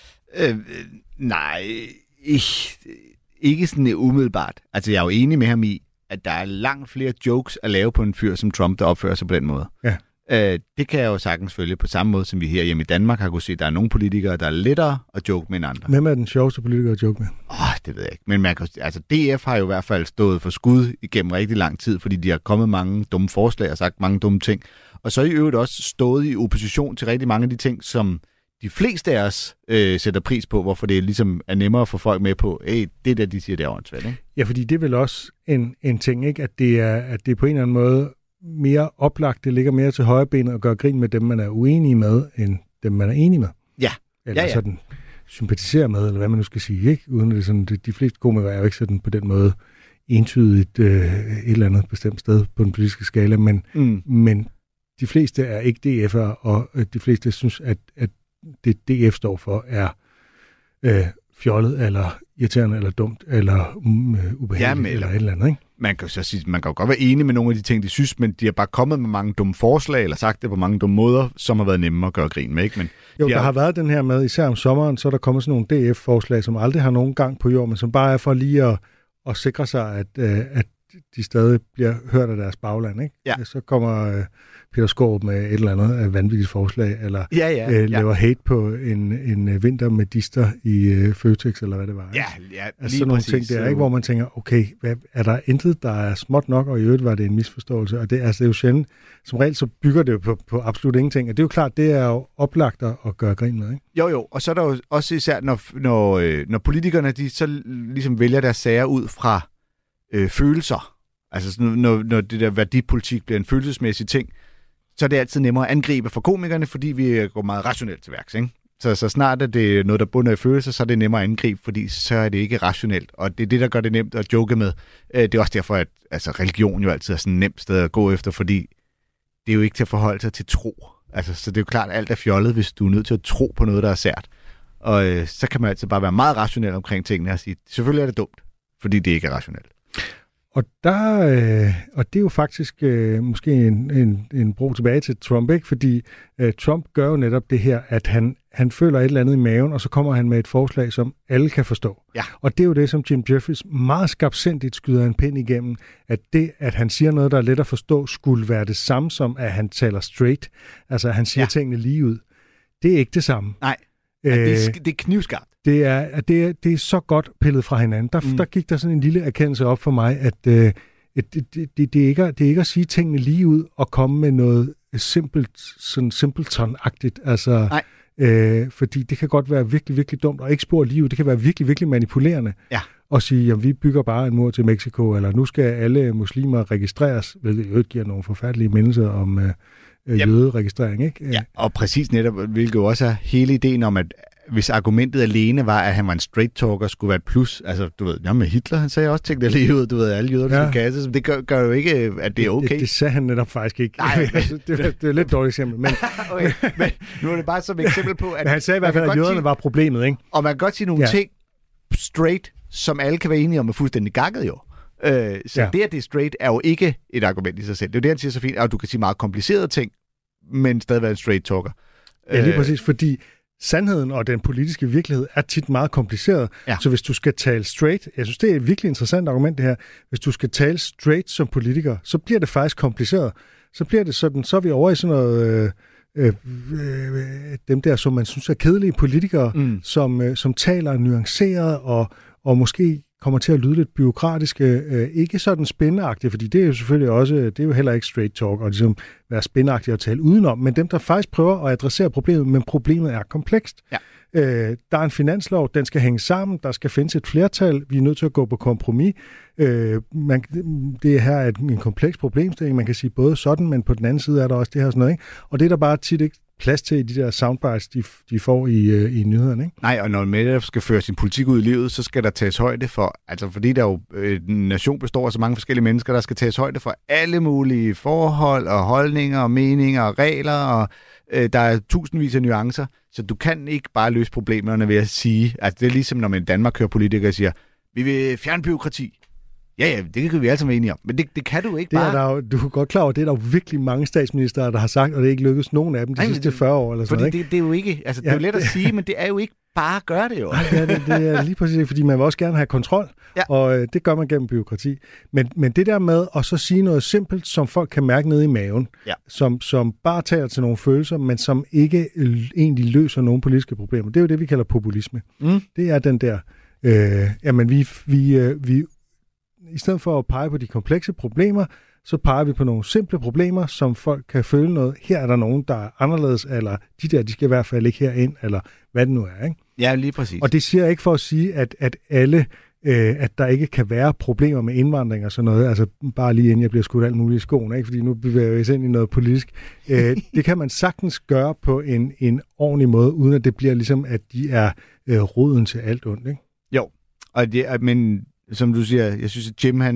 Nej, ikke sådan umiddelbart. Altså, jeg er jo enig med ham i, at der er langt flere jokes at lave på en fyr som Trump, der opfører sig på den måde. Ja. Det kan jeg jo sagtens følge på samme måde, som vi her hjemme i Danmark har kunne se, at der er nogle politikere, der er lettere at joke med end andre. Hvem er den sjoveste politiker at joke med? Det ved jeg ikke. Men DF har jo i hvert fald stået for skud igennem rigtig lang tid, fordi de har kommet mange dumme forslag og sagt mange dumme ting. Og så i øvrigt også stået i opposition til rigtig mange af de ting, som de fleste af os sætter pris på, hvorfor det ligesom er nemmere at få folk med på, det der, de siger, det er åndssvagt, ikke? Ja, fordi det er vel også en ting, ikke? At det er på en eller anden måde mere oplagt, det ligger mere til højrebenet at gøre grin med dem, man er uenig med, end dem, man er enig med. Ja. Eller sådan sympatisere med, eller hvad man nu skal sige, ikke? Uden at det sådan, de fleste komikere er jo ikke sådan på den måde entydigt et eller andet bestemt sted på den politiske skala, men de fleste er ikke DF'ere, og de fleste synes, at det DF står for er fjollet, eller irriterende, eller dumt, eller ubehageligt, eller et eller andet, ikke? Man kan jo godt være enig med nogle af de ting, de synes, men de har bare kommet med mange dumme forslag, eller sagt det på mange dumme måder, som har været nemmere at gøre grin med, ikke? Men der har været den her med, især om sommeren, så er der kommet sådan nogle DF-forslag, som aldrig har nogen gang på jord, men som bare er for lige at sikre sig, at de stadig bliver hørt af deres bagland, ikke? Ja. Så kommer Peter Skaarup med et eller andet vanvittigt forslag, eller laver hate på en vintermedister i Føtex, eller hvad det var. Ikke? Ja, altså sådan nogle ting der, ikke? Hvor man tænker, okay, er der intet, der er småt nok, og i øvrigt var det en misforståelse, og det er jo sjældent. Som regel så bygger det jo på absolut ingenting, og det er jo klart, det er jo oplagt at gøre grin med, ikke? Jo, og så er der jo også især, når politikerne, de så ligesom vælger deres sager ud fra følelser, altså når det der værdipolitik bliver en følelsesmæssig ting, så er det altid nemmere at angribe for komikerne, fordi vi går meget rationelt til værks, ikke? Så snart er det noget, der bunder i følelser, så er det nemmere at angribe, fordi så er det ikke rationelt. Og det er det, der gør det nemt at joke med. Det er også derfor, at religion jo altid er sådan et nemt sted at gå efter, fordi det er jo ikke til at forholde sig til tro. Altså, så det er jo klart, at alt er fjollet, hvis du er nødt til at tro på noget, der er sært. Og så kan man altid bare være meget rationel omkring tingene og sige, selvfølgelig er det dumt, fordi det ikke er rationelt. Og og det er jo faktisk måske en bro tilbage til Trump, ikke? Fordi Trump gør jo netop det her, at han føler et eller andet i maven, og så kommer han med et forslag, som alle kan forstå. Ja. Og det er jo det, som Jim Jeffries meget skarpsindigt skyder en pind igennem, at det, at han siger noget, der er let at forstå, skulle være det samme som, at han taler straight. Altså, at han siger tingene lige ud. Det er ikke det samme. Nej, det er knivskarpt. Det er så godt pillet fra hinanden. Der gik der sådan en lille erkendelse op for mig, at det er ikke at sige tingene lige ud og komme med noget simpleton-agtigt. Altså, fordi det kan godt være virkelig, virkelig dumt og ikke spore lige ud. Det kan være virkelig, virkelig manipulerende. Ja. Og sige, jamen vi bygger bare en mur til Mexico, eller nu skal alle muslimer registreres, hvilket jo giver nogle forfærdelige mindelser om jøderegistrering, ikke? Ja, og præcis netop, hvilket jo også er hele ideen om, at hvis argumentet alene var, at han var en straight talker, skulle være et plus. Altså, du ved, med Hitler, han sagde også ting, der lige ud, du ved, alle jøder, der skulle kasses. Det gør jo ikke, at det er okay. Det sagde han netop faktisk ikke. Nej. det er lidt dårligt eksempel. Men, okay. Men nu er det bare som et eksempel på, at han sagde i hvert fald, at jøderne var problemet, ikke? Og man kan godt sige nogle ting straight, som alle kan være enige om, er fuldstændig gakket jo. Så det, at det er straight, er jo ikke et argument i sig selv. Det er jo det, han siger så fint, at du kan sige meget komplicerede ting, men stadig være en straight talker. Ja, lige præcis, fordi sandheden og den politiske virkelighed er tit meget kompliceret. Ja. Så hvis du skal tale straight, jeg synes, det er et virkelig interessant argument det her, hvis du skal tale straight som politiker, så bliver det faktisk kompliceret. Så bliver det sådan, så er vi over i sådan noget, dem der, som man synes er kedelige politikere, som taler nuanceret og måske kommer til at lyde lidt bureaukratiske, ikke sådan spændagtigt, fordi det er jo selvfølgelig også, det er jo heller ikke straight talk, og ligesom være spændagtigt at tale udenom, men dem, der faktisk prøver at adressere problemet, men problemet er komplekst. Ja. Der er en finanslov, den skal hænge sammen, der skal findes et flertal, vi er nødt til at gå på kompromis. Det her er en kompleks problemstilling, man kan sige både sådan, men på den anden side er der også det her sådan noget, ikke? Og det er der bare tit ikke plads til i de der soundbites, de får i nyhederne, ikke? Nej, og når man skal føre sin politik ud i livet, så skal der tages højde for, altså fordi der jo en nation består af så mange forskellige mennesker, der skal tages højde for alle mulige forhold og holdninger og meninger og regler, og der er tusindvis af nuancer, så du kan ikke bare løse problemerne ved at sige, altså det er ligesom når man i Danmark hører politikere siger, vi vil fjerne bureaukrati. Ja, det kan vi alle sammen enige om. Men det kan du ikke det bare. Er der jo, du er godt klar over, det er der jo virkelig mange statsminister, der har sagt, og det er ikke lykkedes nogen af dem de sidste 40 år. Eller sådan, fordi det er jo ikke, altså det er jo let at sige, men det er jo ikke bare at gøre det jo. Nej, det er lige præcis, fordi man vil også gerne have kontrol, og det gør man gennem bureaukrati. Men det der med at så sige noget simpelt, som folk kan mærke nede i maven, som bare taler til nogle følelser, men som ikke egentlig løser nogle politiske problemer. Det er jo det, vi kalder populisme. Det er den der, jamen vi i stedet for at pege på de komplekse problemer, så peger vi på nogle simple problemer, som folk kan føle noget. Her er der nogen, der er anderledes, eller de skal i hvert fald ikke herind, eller hvad det nu er, ikke? Ja, lige præcis. Og det siger jeg ikke for at sige, at alle, at der ikke kan være problemer med indvandring og sådan noget, altså bare lige inden jeg bliver skudt alt muligt i skoene, ikke? Fordi nu bevæger jeg ind i noget politisk. Det kan man sagtens gøre på en ordentlig måde, uden at det bliver ligesom, at de er roden til alt ondt, ikke? Jo, men som du siger, jeg synes, at Jim,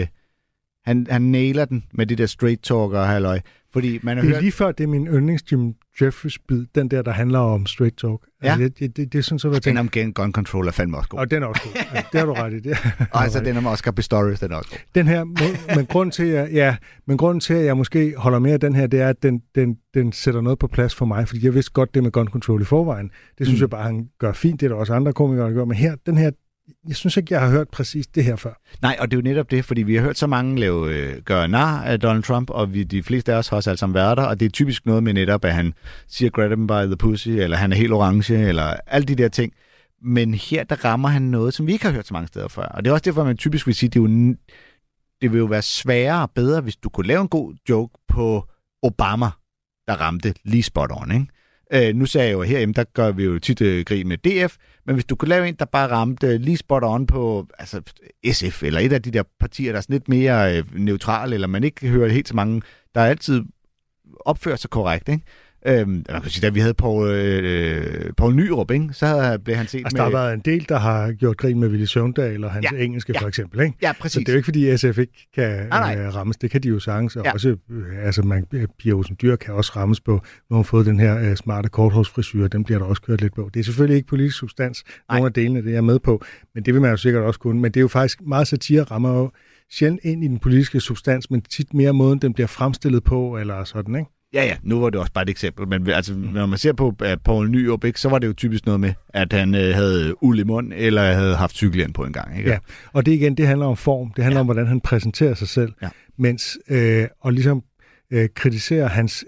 han nailer den med det der straight talker og halløj. Fordi man har det er lige før, det er min yndlings Jim Jeffries-bid, den der handler om straight talk. Ja. Altså, det er sådan så, den om gun control er fandme også god. Og den er også god. Ja, det har du ret i. Det og altså den om Oscar Pistorius, den er også god. Den her, men grunden til, at jeg måske holder mere af den her, det er, at den sætter noget på plads for mig, fordi jeg vidste godt det med gun control i forvejen. Det synes jeg bare, han gør fint. Det er der også andre komikere, der gør. Men her, den her, jeg synes ikke, jeg har hørt præcis det her før. Nej, og det er jo netop det, fordi vi har hørt så mange gøre nar af Donald Trump, og de fleste af os har også alle sammen været der, og det er typisk noget med netop, at han siger grab him by the pussy, eller han er helt orange, eller alle de der ting. Men her, der rammer han noget, som vi ikke har hørt så mange steder før. Og det er også derfor, man typisk vil sige, det vil jo være sværere og bedre, hvis du kunne lave en god joke på Obama, der ramte lige spot on, ikke? Nu sagde jeg jo herhjemme, der gør vi jo tit grin med DF, men hvis du kunne lave en, der bare ramte lige spot on på altså SF, eller et af de der partier, der er sådan lidt mere neutrale, eller man ikke hører helt så mange, der altid opfører sig korrekt, ikke? Man kan sige, da vi havde Poul Nyrup, ikke? Så blev han set altså, der har været en del, der har gjort grin med Villy Søvndal og hans engelske, for eksempel, ikke? Ja, præcis. Så det er jo ikke, fordi SF ikke kan rammes. Det kan de jo sagtens. Og også, altså, Pia Olsen Dyhr kan også rammes på, når hun har fået den her smarte korthårsfrisyr. Den bliver der også kørt lidt på. Det er selvfølgelig ikke politisk substans. Nogle af delene, det er med på. Men det vil man jo sikkert også kunne. Men det er jo faktisk meget satire, rammer jo sjældent ind i den politiske substans, men tit mere måden, den bliver fremstillet på, eller sådan, ikke? Ja, nu var det også bare et eksempel, men altså, når man ser på Poul Nyrup, ikke, så var det jo typisk noget med, at han havde uld i mund, eller havde haft cykelhjelm på en gang. Ikke? Ja, og det handler om form. Det handler om, hvordan han præsenterer sig selv, mens og ligesom kritisere hans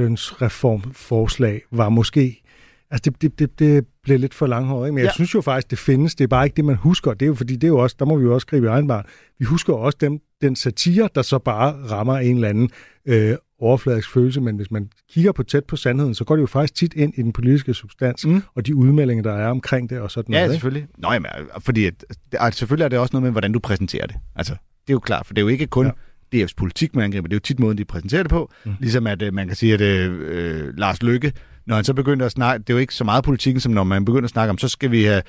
efterlønsreformforslag var måske. Altså, det blev lidt for langhåret, ikke? Men jeg synes jo faktisk, det findes. Det er bare ikke det, man husker. Det er jo fordi, det er jo også, der må vi jo også gribe i egen barn. Vi husker også den satire, der så bare rammer en eller anden overfladisk følelse, men hvis man kigger på tæt på sandheden, så går det jo faktisk tit ind i den politiske substans, og de udmeldinger, der er omkring det, og sådan noget. Ja, selvfølgelig. Nå, jamen, fordi selvfølgelig er det også noget med, hvordan du præsenterer det. Altså, det er jo klart, for det er jo ikke kun DF's politik, man angriber, det er jo tit måden, de præsenterer det på. Ligesom at man kan sige, at Lars Løkke, når han så begynder at snakke, det er jo ikke så meget politikken, som når man begynder at snakke om, så skal vi have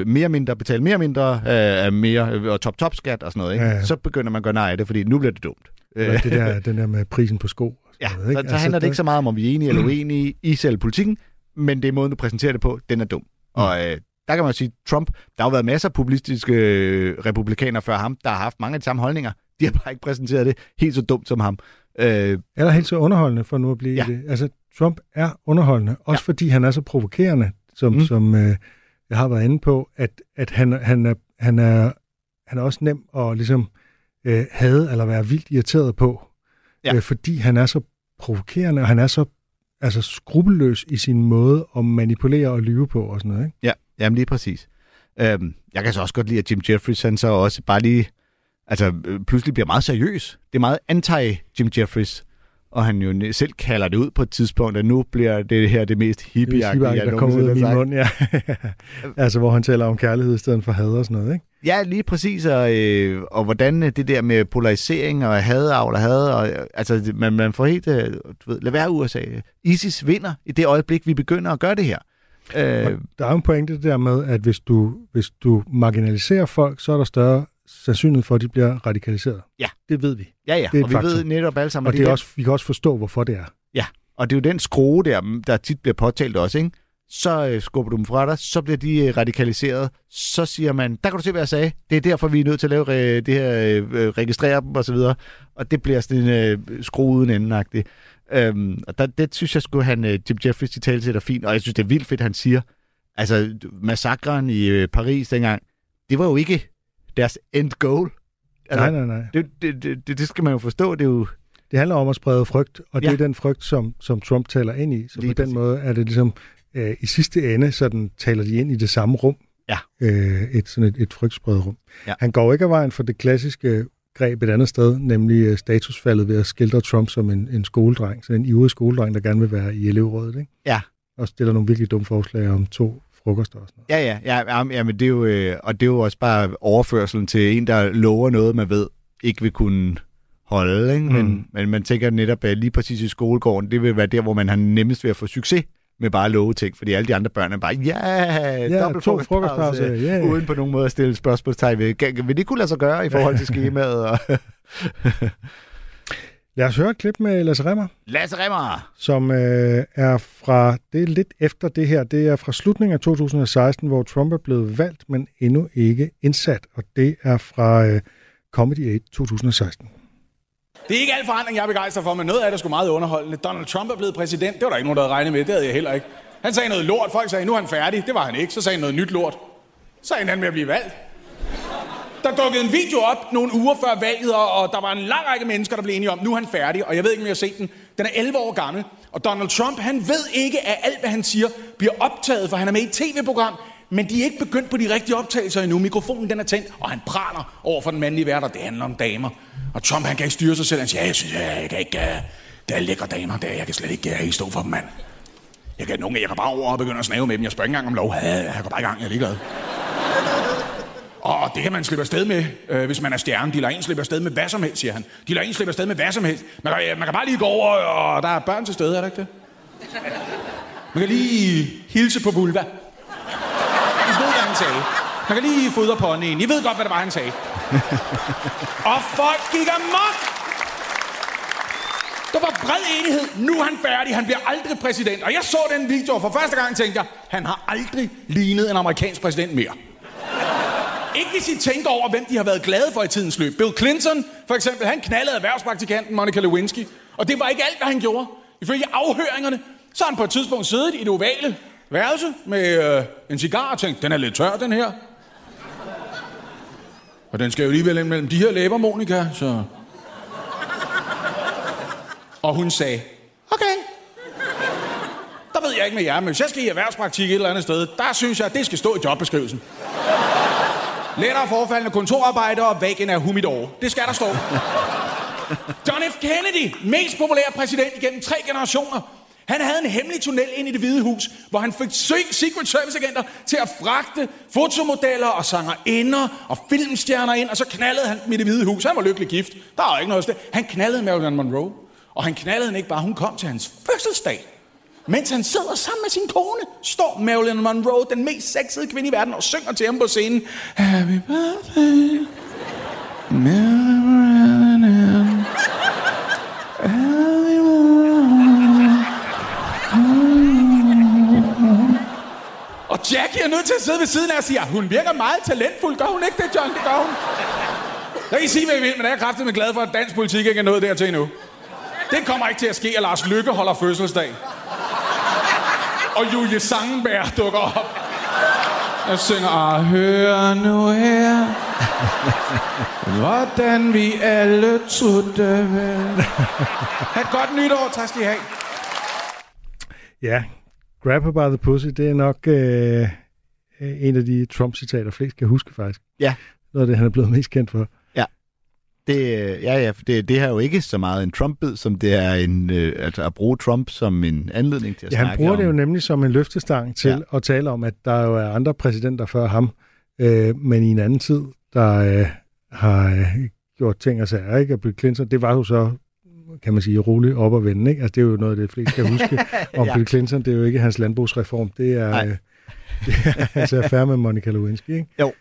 betale mere mindre af mere og top-skat og sådan noget, ikke? Ja. Så begynder man at gøre nej af det, fordi nu bliver det dumt. Den der med prisen på sko. Ja, så handler det ikke så meget om vi er enige eller uenige i selv politikken, men det er måden, du præsenterer det på, den er dum. Og der kan man jo sige, Trump, der har jo været masser af populistiske republikanere før ham, der har haft mange af de samme holdninger. De har bare ikke præsenteret det helt så dumt som ham. Eller helt så underholdende, for nu at blive det. Altså, Trump er underholdende, også fordi han er så provokerende, som jeg har været inde på, at han er også nem at ligesom hade eller være vildt irriteret på, fordi han er så provokerende, og han er så skrupelløs i sin måde at manipulere og lyve på og sådan noget, ikke? Ja, jamen lige præcis. Jeg kan så også godt lide, at Jim Jeffries, han så også bare lige, pludselig bliver meget seriøs. Det er meget anti-Jim Jeffries, og han jo selv kalder det ud på et tidspunkt, at nu bliver det her det mest hippie-agtige, der kommer ud af min mund, ja. Altså, hvor han taler om kærlighed i stedet for had og sådan noget, ikke? Ja, lige præcis, og hvordan det der med polarisering og hadavl og had, og, altså, man får helt, lad være USA. ISIS vinder i det øjeblik, vi begynder at gøre det her. Der er jo en pointe det der med, at hvis du marginaliserer folk, så er der større sandsynlighed for, at de bliver radikaliseret. Ja. Det ved vi. Ja, det er og vi ved netop alle sammen. Og det er også, vi kan også forstå, hvorfor det er. Ja, og det er jo den skrue der tit bliver påtalt også, ikke? Så skubber du dem fra dig, så bliver de radikaliseret, så siger man, der kan du se, hvad jeg sagde, det er derfor, vi er nødt til at lave det her, registrere dem og så videre, og det bliver sådan skrue uden endenagtigt. Og det synes jeg skulle Jim Jeffries i tale sætter fint, og jeg synes, det er vildt fedt, han siger, altså massakren i Paris dengang, det var jo ikke deres end goal. Altså, nej. Det skal man jo forstå, det er jo... Det handler om at sprede frygt, og det er den frygt, som Trump taler ind i, så lige på den måde er det ligesom i sidste ende, sådan taler de ind i det samme rum. Ja. Et frygtsprederum. Ja. Han går ikke af vejen for det klassiske greb et andet sted, nemlig statusfaldet ved at skildre Trump som en skoledreng, så en ivrig skoledreng, der gerne vil være i elevrådet, ikke? Ja. Og stiller nogle virkelig dumme forslag om 2 frokoster og sådan noget. Ja, men det er jo, og det er jo også bare overførselen til en, der lover noget, man ved ikke vil kunne holde, ikke? Men man tænker netop lige præcis i skolegården, det vil være der, hvor man har nemmest ved at få succes med bare at love ting, fordi alle de andre børn er bare, dobbelt frokostpause, uden på nogen måde at stille spørgsmålstegn ved. Vil det kunne lade sig gøre i forhold til skemaet? Og lad os høre et klip med Lasse Rimmer. Lasse Rimmer! Som er fra, det er lidt efter det her, det er fra slutningen af 2016, hvor Trump er blevet valgt, men endnu ikke indsat, og det er fra Comedy 8 2016. Det er ikke al forandring, jeg er begejstret for, men noget af det er sgu meget underholdende. Donald Trump er blevet præsident, det var der ikke nogen, der havde regnet med, det havde jeg heller ikke. Han sagde noget lort, folk sagde, nu er han færdig, det var han ikke, så sagde han noget nyt lort. Så endte han med at blive valgt. Der dukkede en video op nogle uger før valget, og der var en lang række mennesker, der blev enige om, nu er han færdig, og jeg ved ikke, om jeg har set den. Den er 11 år gammel, og Donald Trump, han ved ikke, at alt, hvad han siger, bliver optaget, for han er med i et tv-program, men de er ikke begyndt på de rigtige optagelser endnu. Mikrofonen, den er tændt, og han praler over for den mandlige værter. Det handler om damer. Og Trump, han kan ikke styre sig selv. Han siger, jeg synes, jeg kan ikke... Det er lækre damer, jeg kan slet ikke stå for dem, mand. Jeg kan bare over og begynde at snave med dem. Jeg spørger ikke engang om lov. Jeg går bare i gang, jeg er ligeglad. Og det kan man slippe afsted med, hvis man er stjerne. De lader en slippe afsted med hvad som helst, siger han. De lader en slippe afsted med hvad som helst. Man kan bare lige gå over, og der er børn til stede, er der ikke det? Man kan lige hilse på vulva. I ved, hvad han sagde. Man kan lige fodre ponyen. I ved godt, hvad det var, han sagde. Og folk gik amok. Der var bred enighed. Nu er han færdig. Han bliver aldrig præsident. Og jeg så den video, og for første gang tænkte jeg, han har aldrig lignet en amerikansk præsident mere. Ikke hvis I tænker over, hvem de har været glade for i tidens løb. Bill Clinton, for eksempel, han knaldede erhvervspraktikanten Monica Lewinsky. Og det var ikke alt, hvad han gjorde. Ifølge afhøringerne, så har han på et tidspunkt siddet i det ovale værelse med en cigar og tænkt, den er lidt tør, den her. Og den skal jo alligevel ind mellem de her læber, Monica, så... Og hun sagde, okay. Der ved jeg ikke med jer, men hvis jeg skal i erhvervspraktik et eller andet sted, der synes jeg, at det skal stå i jobbeskrivelsen. Lettere forfaldende kontorarbejder og væggen er humidor. Det skal der stå. John F. Kennedy, mest populær præsident igennem 3 generationer. Han havde en hemmelig tunnel ind i Det Hvide Hus, hvor han fik Secret Service-agenter til at fragte fotomodeller og sangerinder og filmstjerner ind, og så knaldede han dem i Det Hvide Hus. Han var lykkelig gift. Der var ikke noget sted. Han knaldede Marilyn Monroe, og han knaldede hende ikke bare. Hun kom til hans fødselsdag. Mens han sidder sammen med sin kone, står Marilyn Monroe, den mest sexede kvinde i verden, og synger til ham på scenen. Happy birthday, Marilyn. Og Jackie er nødt til at sidde ved siden af og sige, hun virker meget talentfuld. Gør hun ikke det, John? Det gør hun. Jeg kan I sige, hvad I vil, men jeg er kraftigt glad for, at dansk politik ikke er nået dertil endnu. Det kommer ikke til at ske, at Lars Løkke holder fødselsdag. Og Julie Sangenberg dukker op. Jeg synger, hør nu her, hvordan vi alle tudde vel. Ha' et godt nytår, tak skal I have. Ja, grab her by the pussy, det er nok en af de Trump-citater, flest kan huske faktisk. Ja. Noget af det, han er blevet mest kendt for. Ja. Det her er jo ikke så meget en Trump-bid, som det er altså at bruge Trump som en anledning til at snakke om. Han bruger det jo nemlig som en løftestang til at tale om, at der jo er andre præsidenter før ham, men i en anden tid, der har gjort ting og sager, ikke? Bill Clinton, det var jo så, kan man sige, roligt op og vende, ikke? Altså, det er jo noget, det flest kan huske om Bill Clinton. Det er jo ikke hans landbrugsreform, det er hans affære med Monica Lewinsky, ikke? Jo.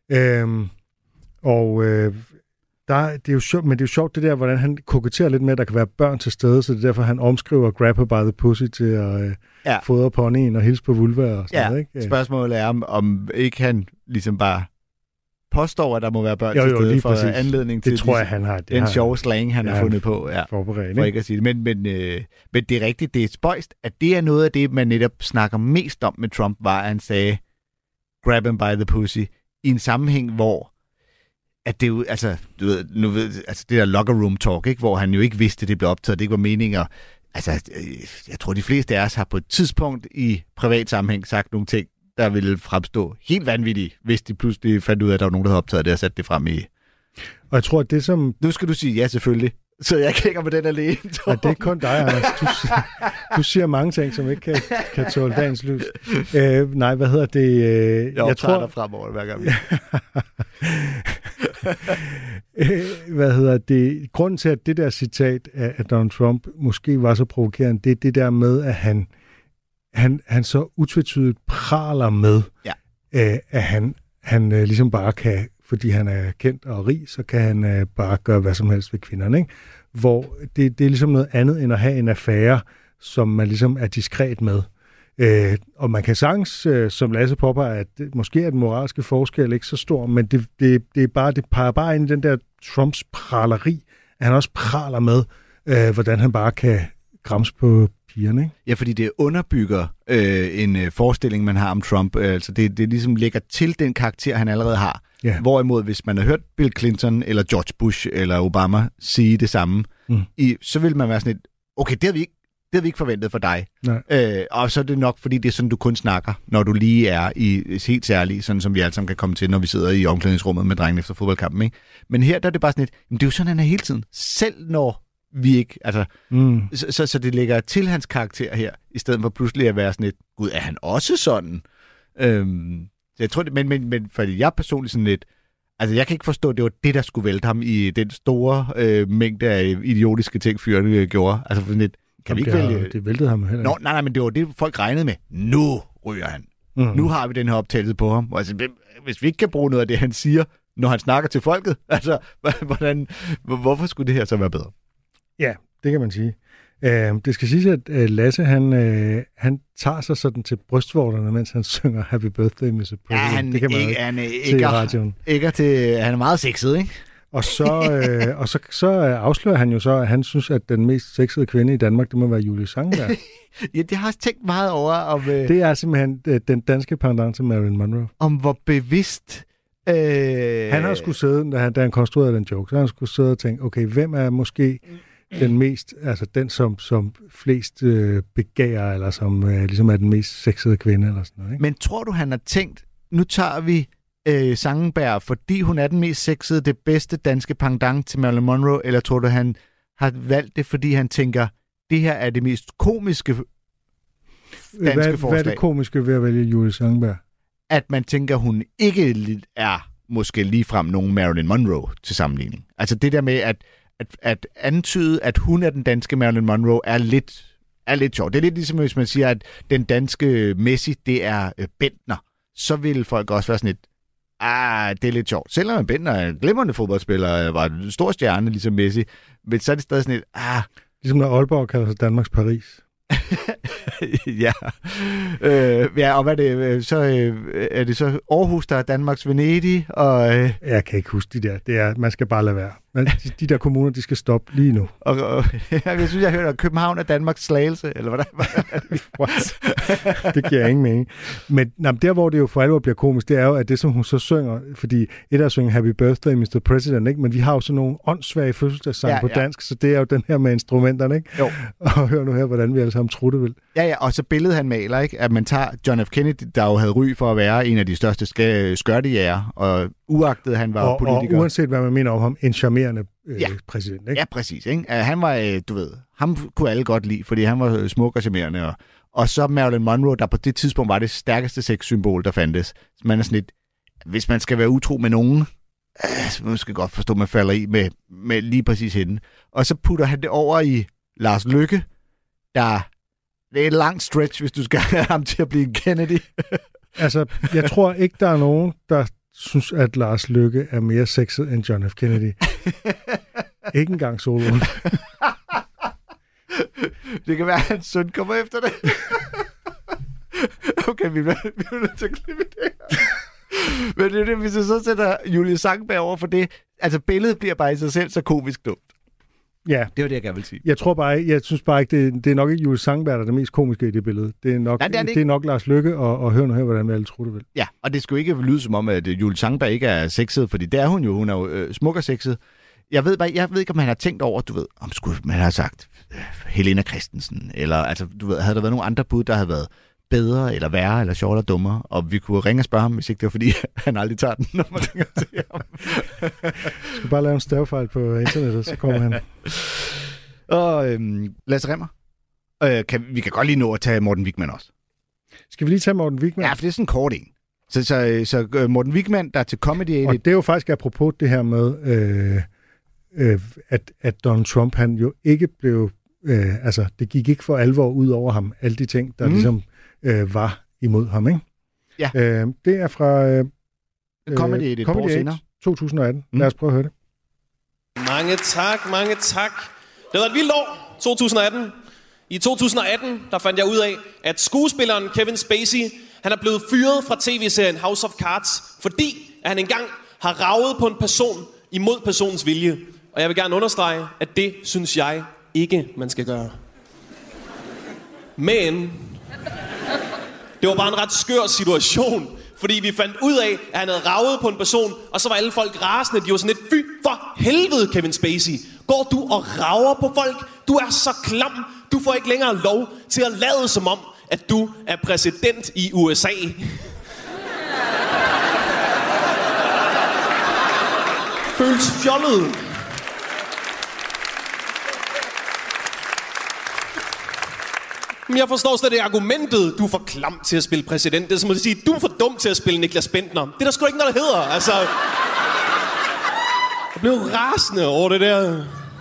Det er jo sjovt, men det er jo sjovt det der, hvordan han koketterer lidt med, at der kan være børn til stede, så det er derfor, han omskriver grab her by the pussy til at fodre ponyen og hilse på vulva og sådan noget, ikke? Spørgsmålet er, om ikke han ligesom bare påstår, at der må være børn til stede for præcis. Anledning til det tror jeg, han har. Den sjove slang, han har fundet på. Ja, forberedt, for ikke at sige det. Men det er rigtigt, det er spøjst, at det er noget af det, man netop snakker mest om med Trump, var, at han sagde, grab him by the pussy, i en sammenhæng, hvor at det jo, altså, du ved, altså det der locker room talk, ikke, hvor han jo ikke vidste, det blev optaget, det ikke var meninger. Altså, jeg tror, de fleste af os har på et tidspunkt i privat sammenhæng sagt nogle ting, der ville fremstå helt vanvittigt, hvis de pludselig fandt ud af, at der var nogen, der havde optaget det og sat det frem i. Og jeg tror, at det som... Nu skal du sige ja, selvfølgelig. Så jeg kigger på den alene. Ja, det er kun dig, Anders. Du siger mange ting, som ikke kan tåle dagens lys. Nej, hvad hedder det? Jeg tror dig fremover hver gang. Hvad hedder det? Grunden til, at det der citat af Donald Trump måske var så provokerende, det er det der med, at han så utvetydigt praler med, at han ligesom bare kan, fordi han er kendt og rig, så kan han bare gøre hvad som helst ved kvinderne, ikke? Hvor det er ligesom noget andet, end at have en affære, som man ligesom er diskret med. Og man kan sagtens, som Lasse påpeger, at måske er den moralske forskel ikke så stor, men det peger bare ind i den der Trumps praleri, at han også praler med, hvordan han bare kan gramse på pigerne, ikke? Ja, fordi det underbygger en forestilling, man har om Trump. Altså det ligesom lægger til den karakter, han allerede har. Yeah. Hvorimod, hvis man har hørt Bill Clinton, eller George Bush, eller Obama sige det samme, så vil man være sådan et, okay, det har vi ikke forventet for dig. Og så er det nok, fordi det er sådan, du kun snakker, når du lige er i helt særligt, sådan som vi alle sammen kan komme til, når vi sidder i omklædningsrummet med drengene efter fodboldkampen. Ikke? Men her der er det bare sådan et, det er jo sådan, han er hele tiden. Selv når vi ikke, altså, så det lægger til hans karakter her, i stedet for pludselig at være sådan et, gud, er han også sådan? Jeg tror det, men fordi jeg personligt sådan lidt, altså jeg kan ikke forstå, at det var det, der skulle vælte ham i den store mængde af idiotiske ting, fyrene gjorde. Altså sådan lidt, kan vi ikke vælge? Det væltede ham heller ikke. Nej, men det var det, folk regnede med. Nu ryger han. Nu har vi den her optagelse på ham. Altså, hvis vi ikke kan bruge noget af det, han siger, når han snakker til folket, altså, hvorfor skulle det her så være bedre? Ja, det kan man sige. Det skal siges, at Lasse, han tager sig sådan til brystvorterne, mens han synger Happy Birthday, Mr. President. Ja, det kan man se i radioen. Han er meget sexet, ikke? Og så afslører han jo så, at han synes, at den mest sexede kvinde i Danmark, det må være Julie Sangberg. Ja, det har jeg også tænkt meget over. Om, det er simpelthen den danske pendant til Marilyn Monroe. Om hvor bevidst... Han har skulle sidde, da han konstruerede den joke, så han skulle sidde og tænke, okay, hvem er måske den mest, altså den, som flest begærer, eller som ligesom er den mest sexede kvinde, eller sådan noget, ikke? Men tror du, han har tænkt, nu tager vi Sangenberg, fordi hun er den mest sexede, det bedste danske pendant til Marilyn Monroe, eller tror du, han har valgt det, fordi han tænker, det her er det mest komiske danske forslag? Hvad er det komiske ved at vælge Julie Sangenberg? At man tænker, hun ikke er måske ligefrem nogen Marilyn Monroe til sammenligning. Altså det der med at antyde, at hun er den danske Marilyn Monroe, er lidt sjovt. Det er lidt ligesom, hvis man siger, at den danske Messi, det er Bentner. Så vil folk også være sådan lidt, det er lidt sjovt. Selvom Bentner er en glimrende fodboldspiller, var en stor stjerne, ligesom Messi, men så er det stadig sådan lidt, Ligesom når Aalborg kalder sig Danmarks Paris. Ja. Og hvad er det? Så er det så Aarhus, der er Danmarks Venedig, og... Jeg kan ikke huske de der. Det er, man skal bare lade være. De der kommuner, de skal stoppe lige nu. Jeg synes, jeg hørte, at København er Danmarks Slagelse, eller hvordan? Det giver ingen mening. Men der, hvor det jo for alvor bliver komisk, det er jo, at det, som hun så synger, fordi et er at synge Happy Birthday, Mr. President, ikke? Men vi har jo sådan nogle åndssvage fødselsdagssange på dansk, så det er jo den her med instrumenterne, ikke? Jo. Og hør nu her, hvordan vi alle sammen trutte vil. Ja, og så billedet han maler, ikke? At man tager John F. Kennedy, der jo havde ry for at være en af de største skørtejæger, og uagtet han var politiker. Og uanset hvad man mener om ham, en charmerende præsident, ikke? Ja, præcis. Ikke? Han var, du ved, ham kunne alle godt lide, fordi han var smuk og charmerende. Og så Marilyn Monroe, der på det tidspunkt var det stærkeste sexsymbol, der fandtes. Så man er sådan lidt, hvis man skal være utro med nogen, så man skal godt forstå, at man falder i med lige præcis hende. Og så putter han det over i Lars Løkke, der... Det er et langt stretch, hvis du skal have ham til at blive en Kennedy. Altså, jeg tror ikke, der er nogen, der synes, at Lars Løkke er mere sexet end John F. Kennedy. Ikke engang soloen. Det kan være, at hans søn kommer efter det. Okay, vi er nødt til at klippe det her. Men det er det, hvis jeg så sætter Julie Sangberg over for det. Altså, billedet bliver bare i sig selv så komisk dumt. Ja. Det var det, jeg gerne vil sige. Jeg synes bare ikke, det er nok ikke Julie Sangberg, der er det mest komiske i det billede. Det er nok, det er nok Lars Løkke, og hør nu her, hvordan vi alle tror, du vil. Ja, og det skulle ikke lyde som om, at Julie Sangberg ikke er sexet, fordi det er hun jo. Hun er jo smuk og sexet. Jeg ved ikke, om man har tænkt over, du ved, om skulle man have sagt Helena Christensen, eller altså, du ved, havde der været nogle andre bud, der havde været bedre, eller værre, eller sjovere, eller dummere, og vi kunne ringe og spørge ham, hvis ikke det var, fordi han aldrig tager den, når man ringer til ham. Du skal bare lave en stavefejl på internettet, så kommer han. Og Lasse Rimmer. Vi kan godt lige nå at tage Morten Wigman også. Skal vi lige tage Morten Wigman? Ja, for det er sådan en kort en. Så Morten Wigman, der er til Comedy... Og det er jo faktisk apropos det her med, at Donald Trump, han jo ikke blev... altså, det gik ikke for alvor ud over ham, alle de ting, der ligesom var imod ham, ikke? Ja. Det er fra... Comedy et år senere. 2018. Lad os prøve at høre det. Mange tak. Det var et vildt år, 2018. I 2018, der fandt jeg ud af, at skuespilleren Kevin Spacey, han er blevet fyret fra tv-serien House of Cards, fordi at han engang har raget på en person imod personens vilje. Og jeg vil gerne understrege, at det synes jeg ikke, man skal gøre. Men det var bare en ret skør situation, fordi vi fandt ud af, at han havde raget på en person, og så var alle folk rasende. De var sådan lidt, fy for helvede, Kevin Spacey. Går du og rager på folk? Du er så klam. Du får ikke længere lov til at lade som om, at du er præsident i USA. Føles fjollet. Men jeg forstår slet ikke argumentet, du er for klam til at spille præsident. Det er som at sige, du er for dum til at spille Niklas Bentner. Det er der sgu ikke noget, der hedder. Altså, jeg blev rasende over det der.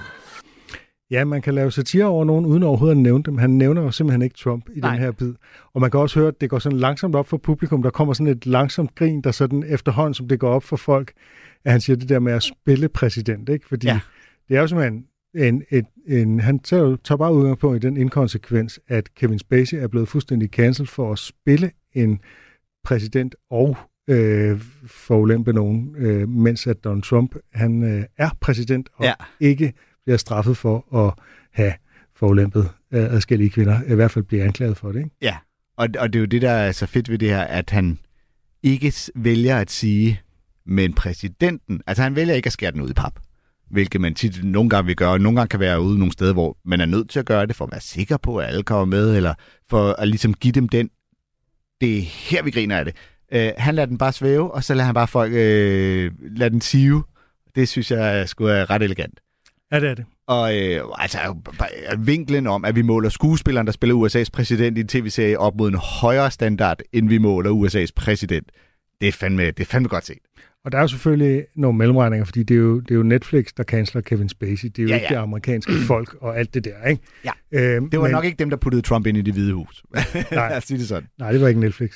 Ja, man kan lave satire over nogen, uden overhovedet at nævne dem. Han nævner jo simpelthen ikke Trump i den her bid. Og man kan også høre, at det går sådan langsomt op for publikum. Der kommer sådan et langsomt grin, der sådan efterhånden, som det går op for folk, at han siger det der med at spille præsident, ikke? Fordi det er jo simpelthen han tager bare udgangspunkt i den inkonsekvens, at Kevin Spacey er blevet fuldstændig cancelled for at spille en præsident og forulempe nogen, mens at Donald Trump, han er præsident og ikke bliver straffet for at have forulempet adskillige kvinder, i hvert fald bliver anklaget for det, ikke? Ja, og det er jo det, der er så fedt ved det her, at han ikke vælger at sige, men præsidenten, altså han vælger ikke at skære den ud i pap, hvilket man tit nogle gange vil gøre, og nogle gange kan være ude nogle steder, hvor man er nødt til at gøre det, for at være sikker på, at alle kommer med, eller for at ligesom give dem den, det er her, vi griner af det. Han lader den bare svæve, og så lader han bare folk lade den sive. Det synes jeg sgu er ret elegant. Ja, det er det. Og altså vinklen om, at vi måler skuespilleren, der spiller USA's præsident i en tv-serie, op mod en højere standard, end vi måler USA's præsident, det er fandme godt set. Og der er jo selvfølgelig nogle mellemregninger, fordi det er jo Netflix, der canceler Kevin Spacey. Det er jo ikke de amerikanske folk og alt det der, ikke? Ja. Det var nok ikke dem, der puttede Trump ind i Det Hvide Hus. Nej, lad os sige det sådan. Nej, det var ikke Netflix.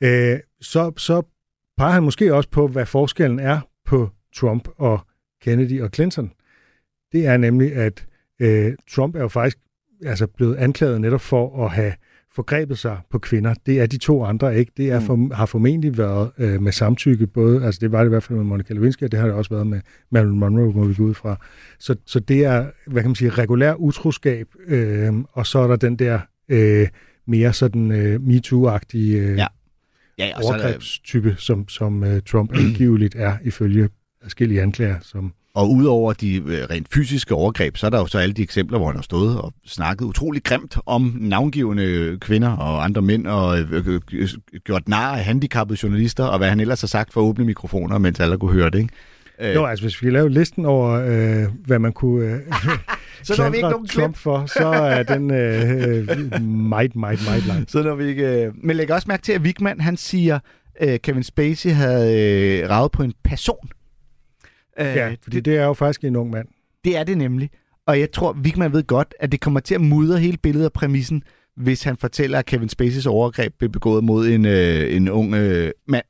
Så peger han måske også på, hvad forskellen er på Trump og Kennedy og Clinton. Det er nemlig, at Trump er jo faktisk blevet anklaget netop for at have forgrebet sig på kvinder. Det er de to andre ikke. Det er har formentlig været med samtykke, både, altså det var det i hvert fald med Monica Lewinsky, og det har det også været med Marilyn Monroe, må vi gå ud fra. Så det er, hvad kan man sige, regulær utroskab, og så er der den der mere sådan MeToo-agtige overgrebstype, som Trump angiveligt er, ifølge forskellige anklager, som... Og udover de rent fysiske overgreb, så er der jo så alle de eksempler, hvor han har stået og snakket utrolig grimt om navngivende kvinder og andre mænd, og gjort nar af handicappede journalister, og hvad han ellers har sagt for at åbne mikrofoner, mens alle kunne høre det, ikke? Jo, altså hvis vi laver listen over, hvad man kunne så når vi ikke nogen Trump for, så er den meget lang. Så når vi ikke... Men læg også mærke til, at Wickman, han siger, Kevin Spacey havde raget på en person. Ja, fordi det er jo faktisk en ung mand. Det er det nemlig. Og jeg tror, Wickman ved godt, at det kommer til at mudre hele billedet af præmissen, hvis han fortæller, at Kevin Spaceys overgreb blev begået mod en ung mand.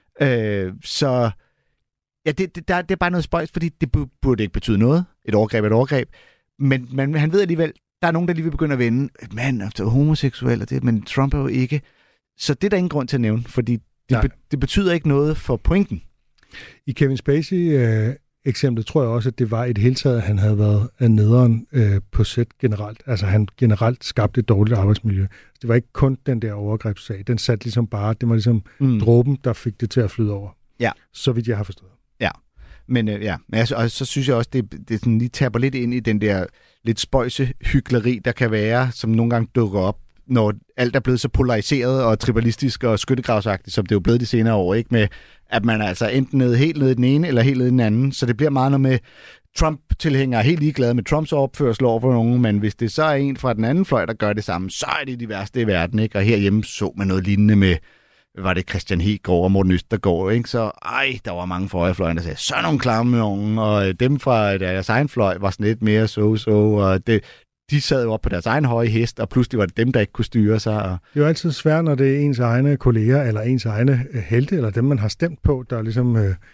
Så ja, det er bare noget spøjs, fordi det burde ikke betyde noget. Et overgreb er et overgreb. Men han ved alligevel, der er nogen, der lige vil begynde at vende, mand er homoseksuel og det, men Trump er jo ikke. Så det er der ingen grund til at nævne, fordi det betyder ikke noget for pointen. I Kevin Spacey-eksemplet tror jeg også, at det var i det hele taget, at han havde været nederen på sæt generelt. Altså han generelt skabte et dårligt arbejdsmiljø. Det var ikke kun den der overgrebssag. Den satte ligesom bare, det var ligesom dråben, der fik det til at flyde over. Ja. Så vidt jeg har forstået. Ja, men så synes jeg også, det sådan lige tapper lidt ind i den der lidt spøjse hykleri, der kan være, som nogle gange dukker op, når alt er blevet så polariseret og tribalistisk og skyttegravsagtigt, som det er jo blevet de senere år, ikke? Med at man altså enten helt nede i den ene, eller helt nede i den anden. Så det bliver meget noget med Trump-tilhængere helt ligeglade med Trumps opførsel over for nogen, men hvis det så er en fra den anden fløj, der gør det samme, så er det de værste i verden, ikke? Og herhjemme så man noget lignende med, var det Christian Hegård og Morten Østergaard, ikke? Så der var mange fra højrefløjen, der sagde, så nogle klamme nogen, og dem fra deres egen fløj var sådan lidt mere so, og de sad jo op på deres egen høje hest, og pludselig var det dem, der ikke kunne styre sig. Og... Det er jo altid svært, når det er ens egne kolleger, eller ens egne helte, eller dem, man har stemt på, der ligesom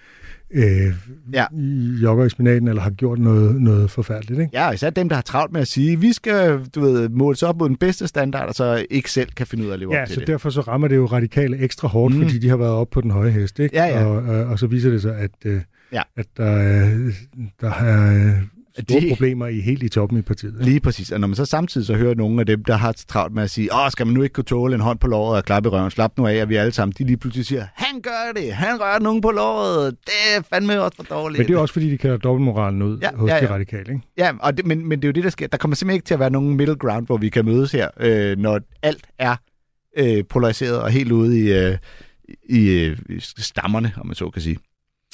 jogger i spinaten, eller har gjort noget forfærdeligt, ikke? Ja, især dem, der har travlt med at sige, vi skal, måles op mod den bedste standard, og så ikke selv kan finde ud af at leve op til det. Ja, så derfor så rammer det jo radikale ekstra hårdt, fordi de har været oppe på den høje hest, ikke? Ja. Og så viser det sig, at der er store problemer helt i toppen i partiet. Lige præcis. Og når man så samtidig så hører nogle af dem, der har travlt med at sige, skal man nu ikke kunne tåle en hånd på låret og klappe i røven, slap nu af, at vi alle sammen, de lige pludselig siger, han gør det, han rører nogen på låret, det er fandme også for dårligt. Men det er også fordi, de kalder dobbeltmoralen ud hos de radikale, ikke? Ja, men det er jo det, der sker. Der kommer simpelthen ikke til at være nogen middle ground, hvor vi kan mødes her, når alt er polariseret og helt ude i stammerne, om man så kan sige.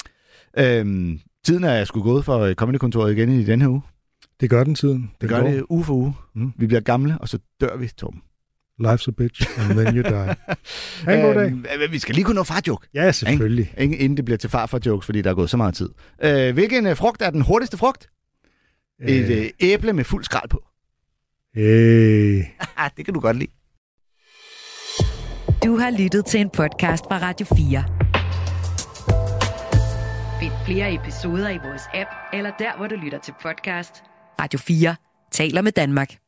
Tiden er sgu gået for Comedy-kontoret igen i denne her uge. Det gør den tiden. Det gør det uge for uge. Vi bliver gamle, og så dør vi, Torben. Life's a bitch, and then you die. Ha' en god dag. Vi skal lige kunne nå far-joke. Ja, selvfølgelig. Inden det bliver til farfar-jokes, fordi der er gået så meget tid. Hvilken frugt er den hurtigste frugt? Et æble med fuld skrald på. Det kan du godt lide. Du har lyttet til en podcast fra Radio 4. Find flere episoder i vores app, eller der, hvor du lytter til podcast. Radio 4 taler med Danmark.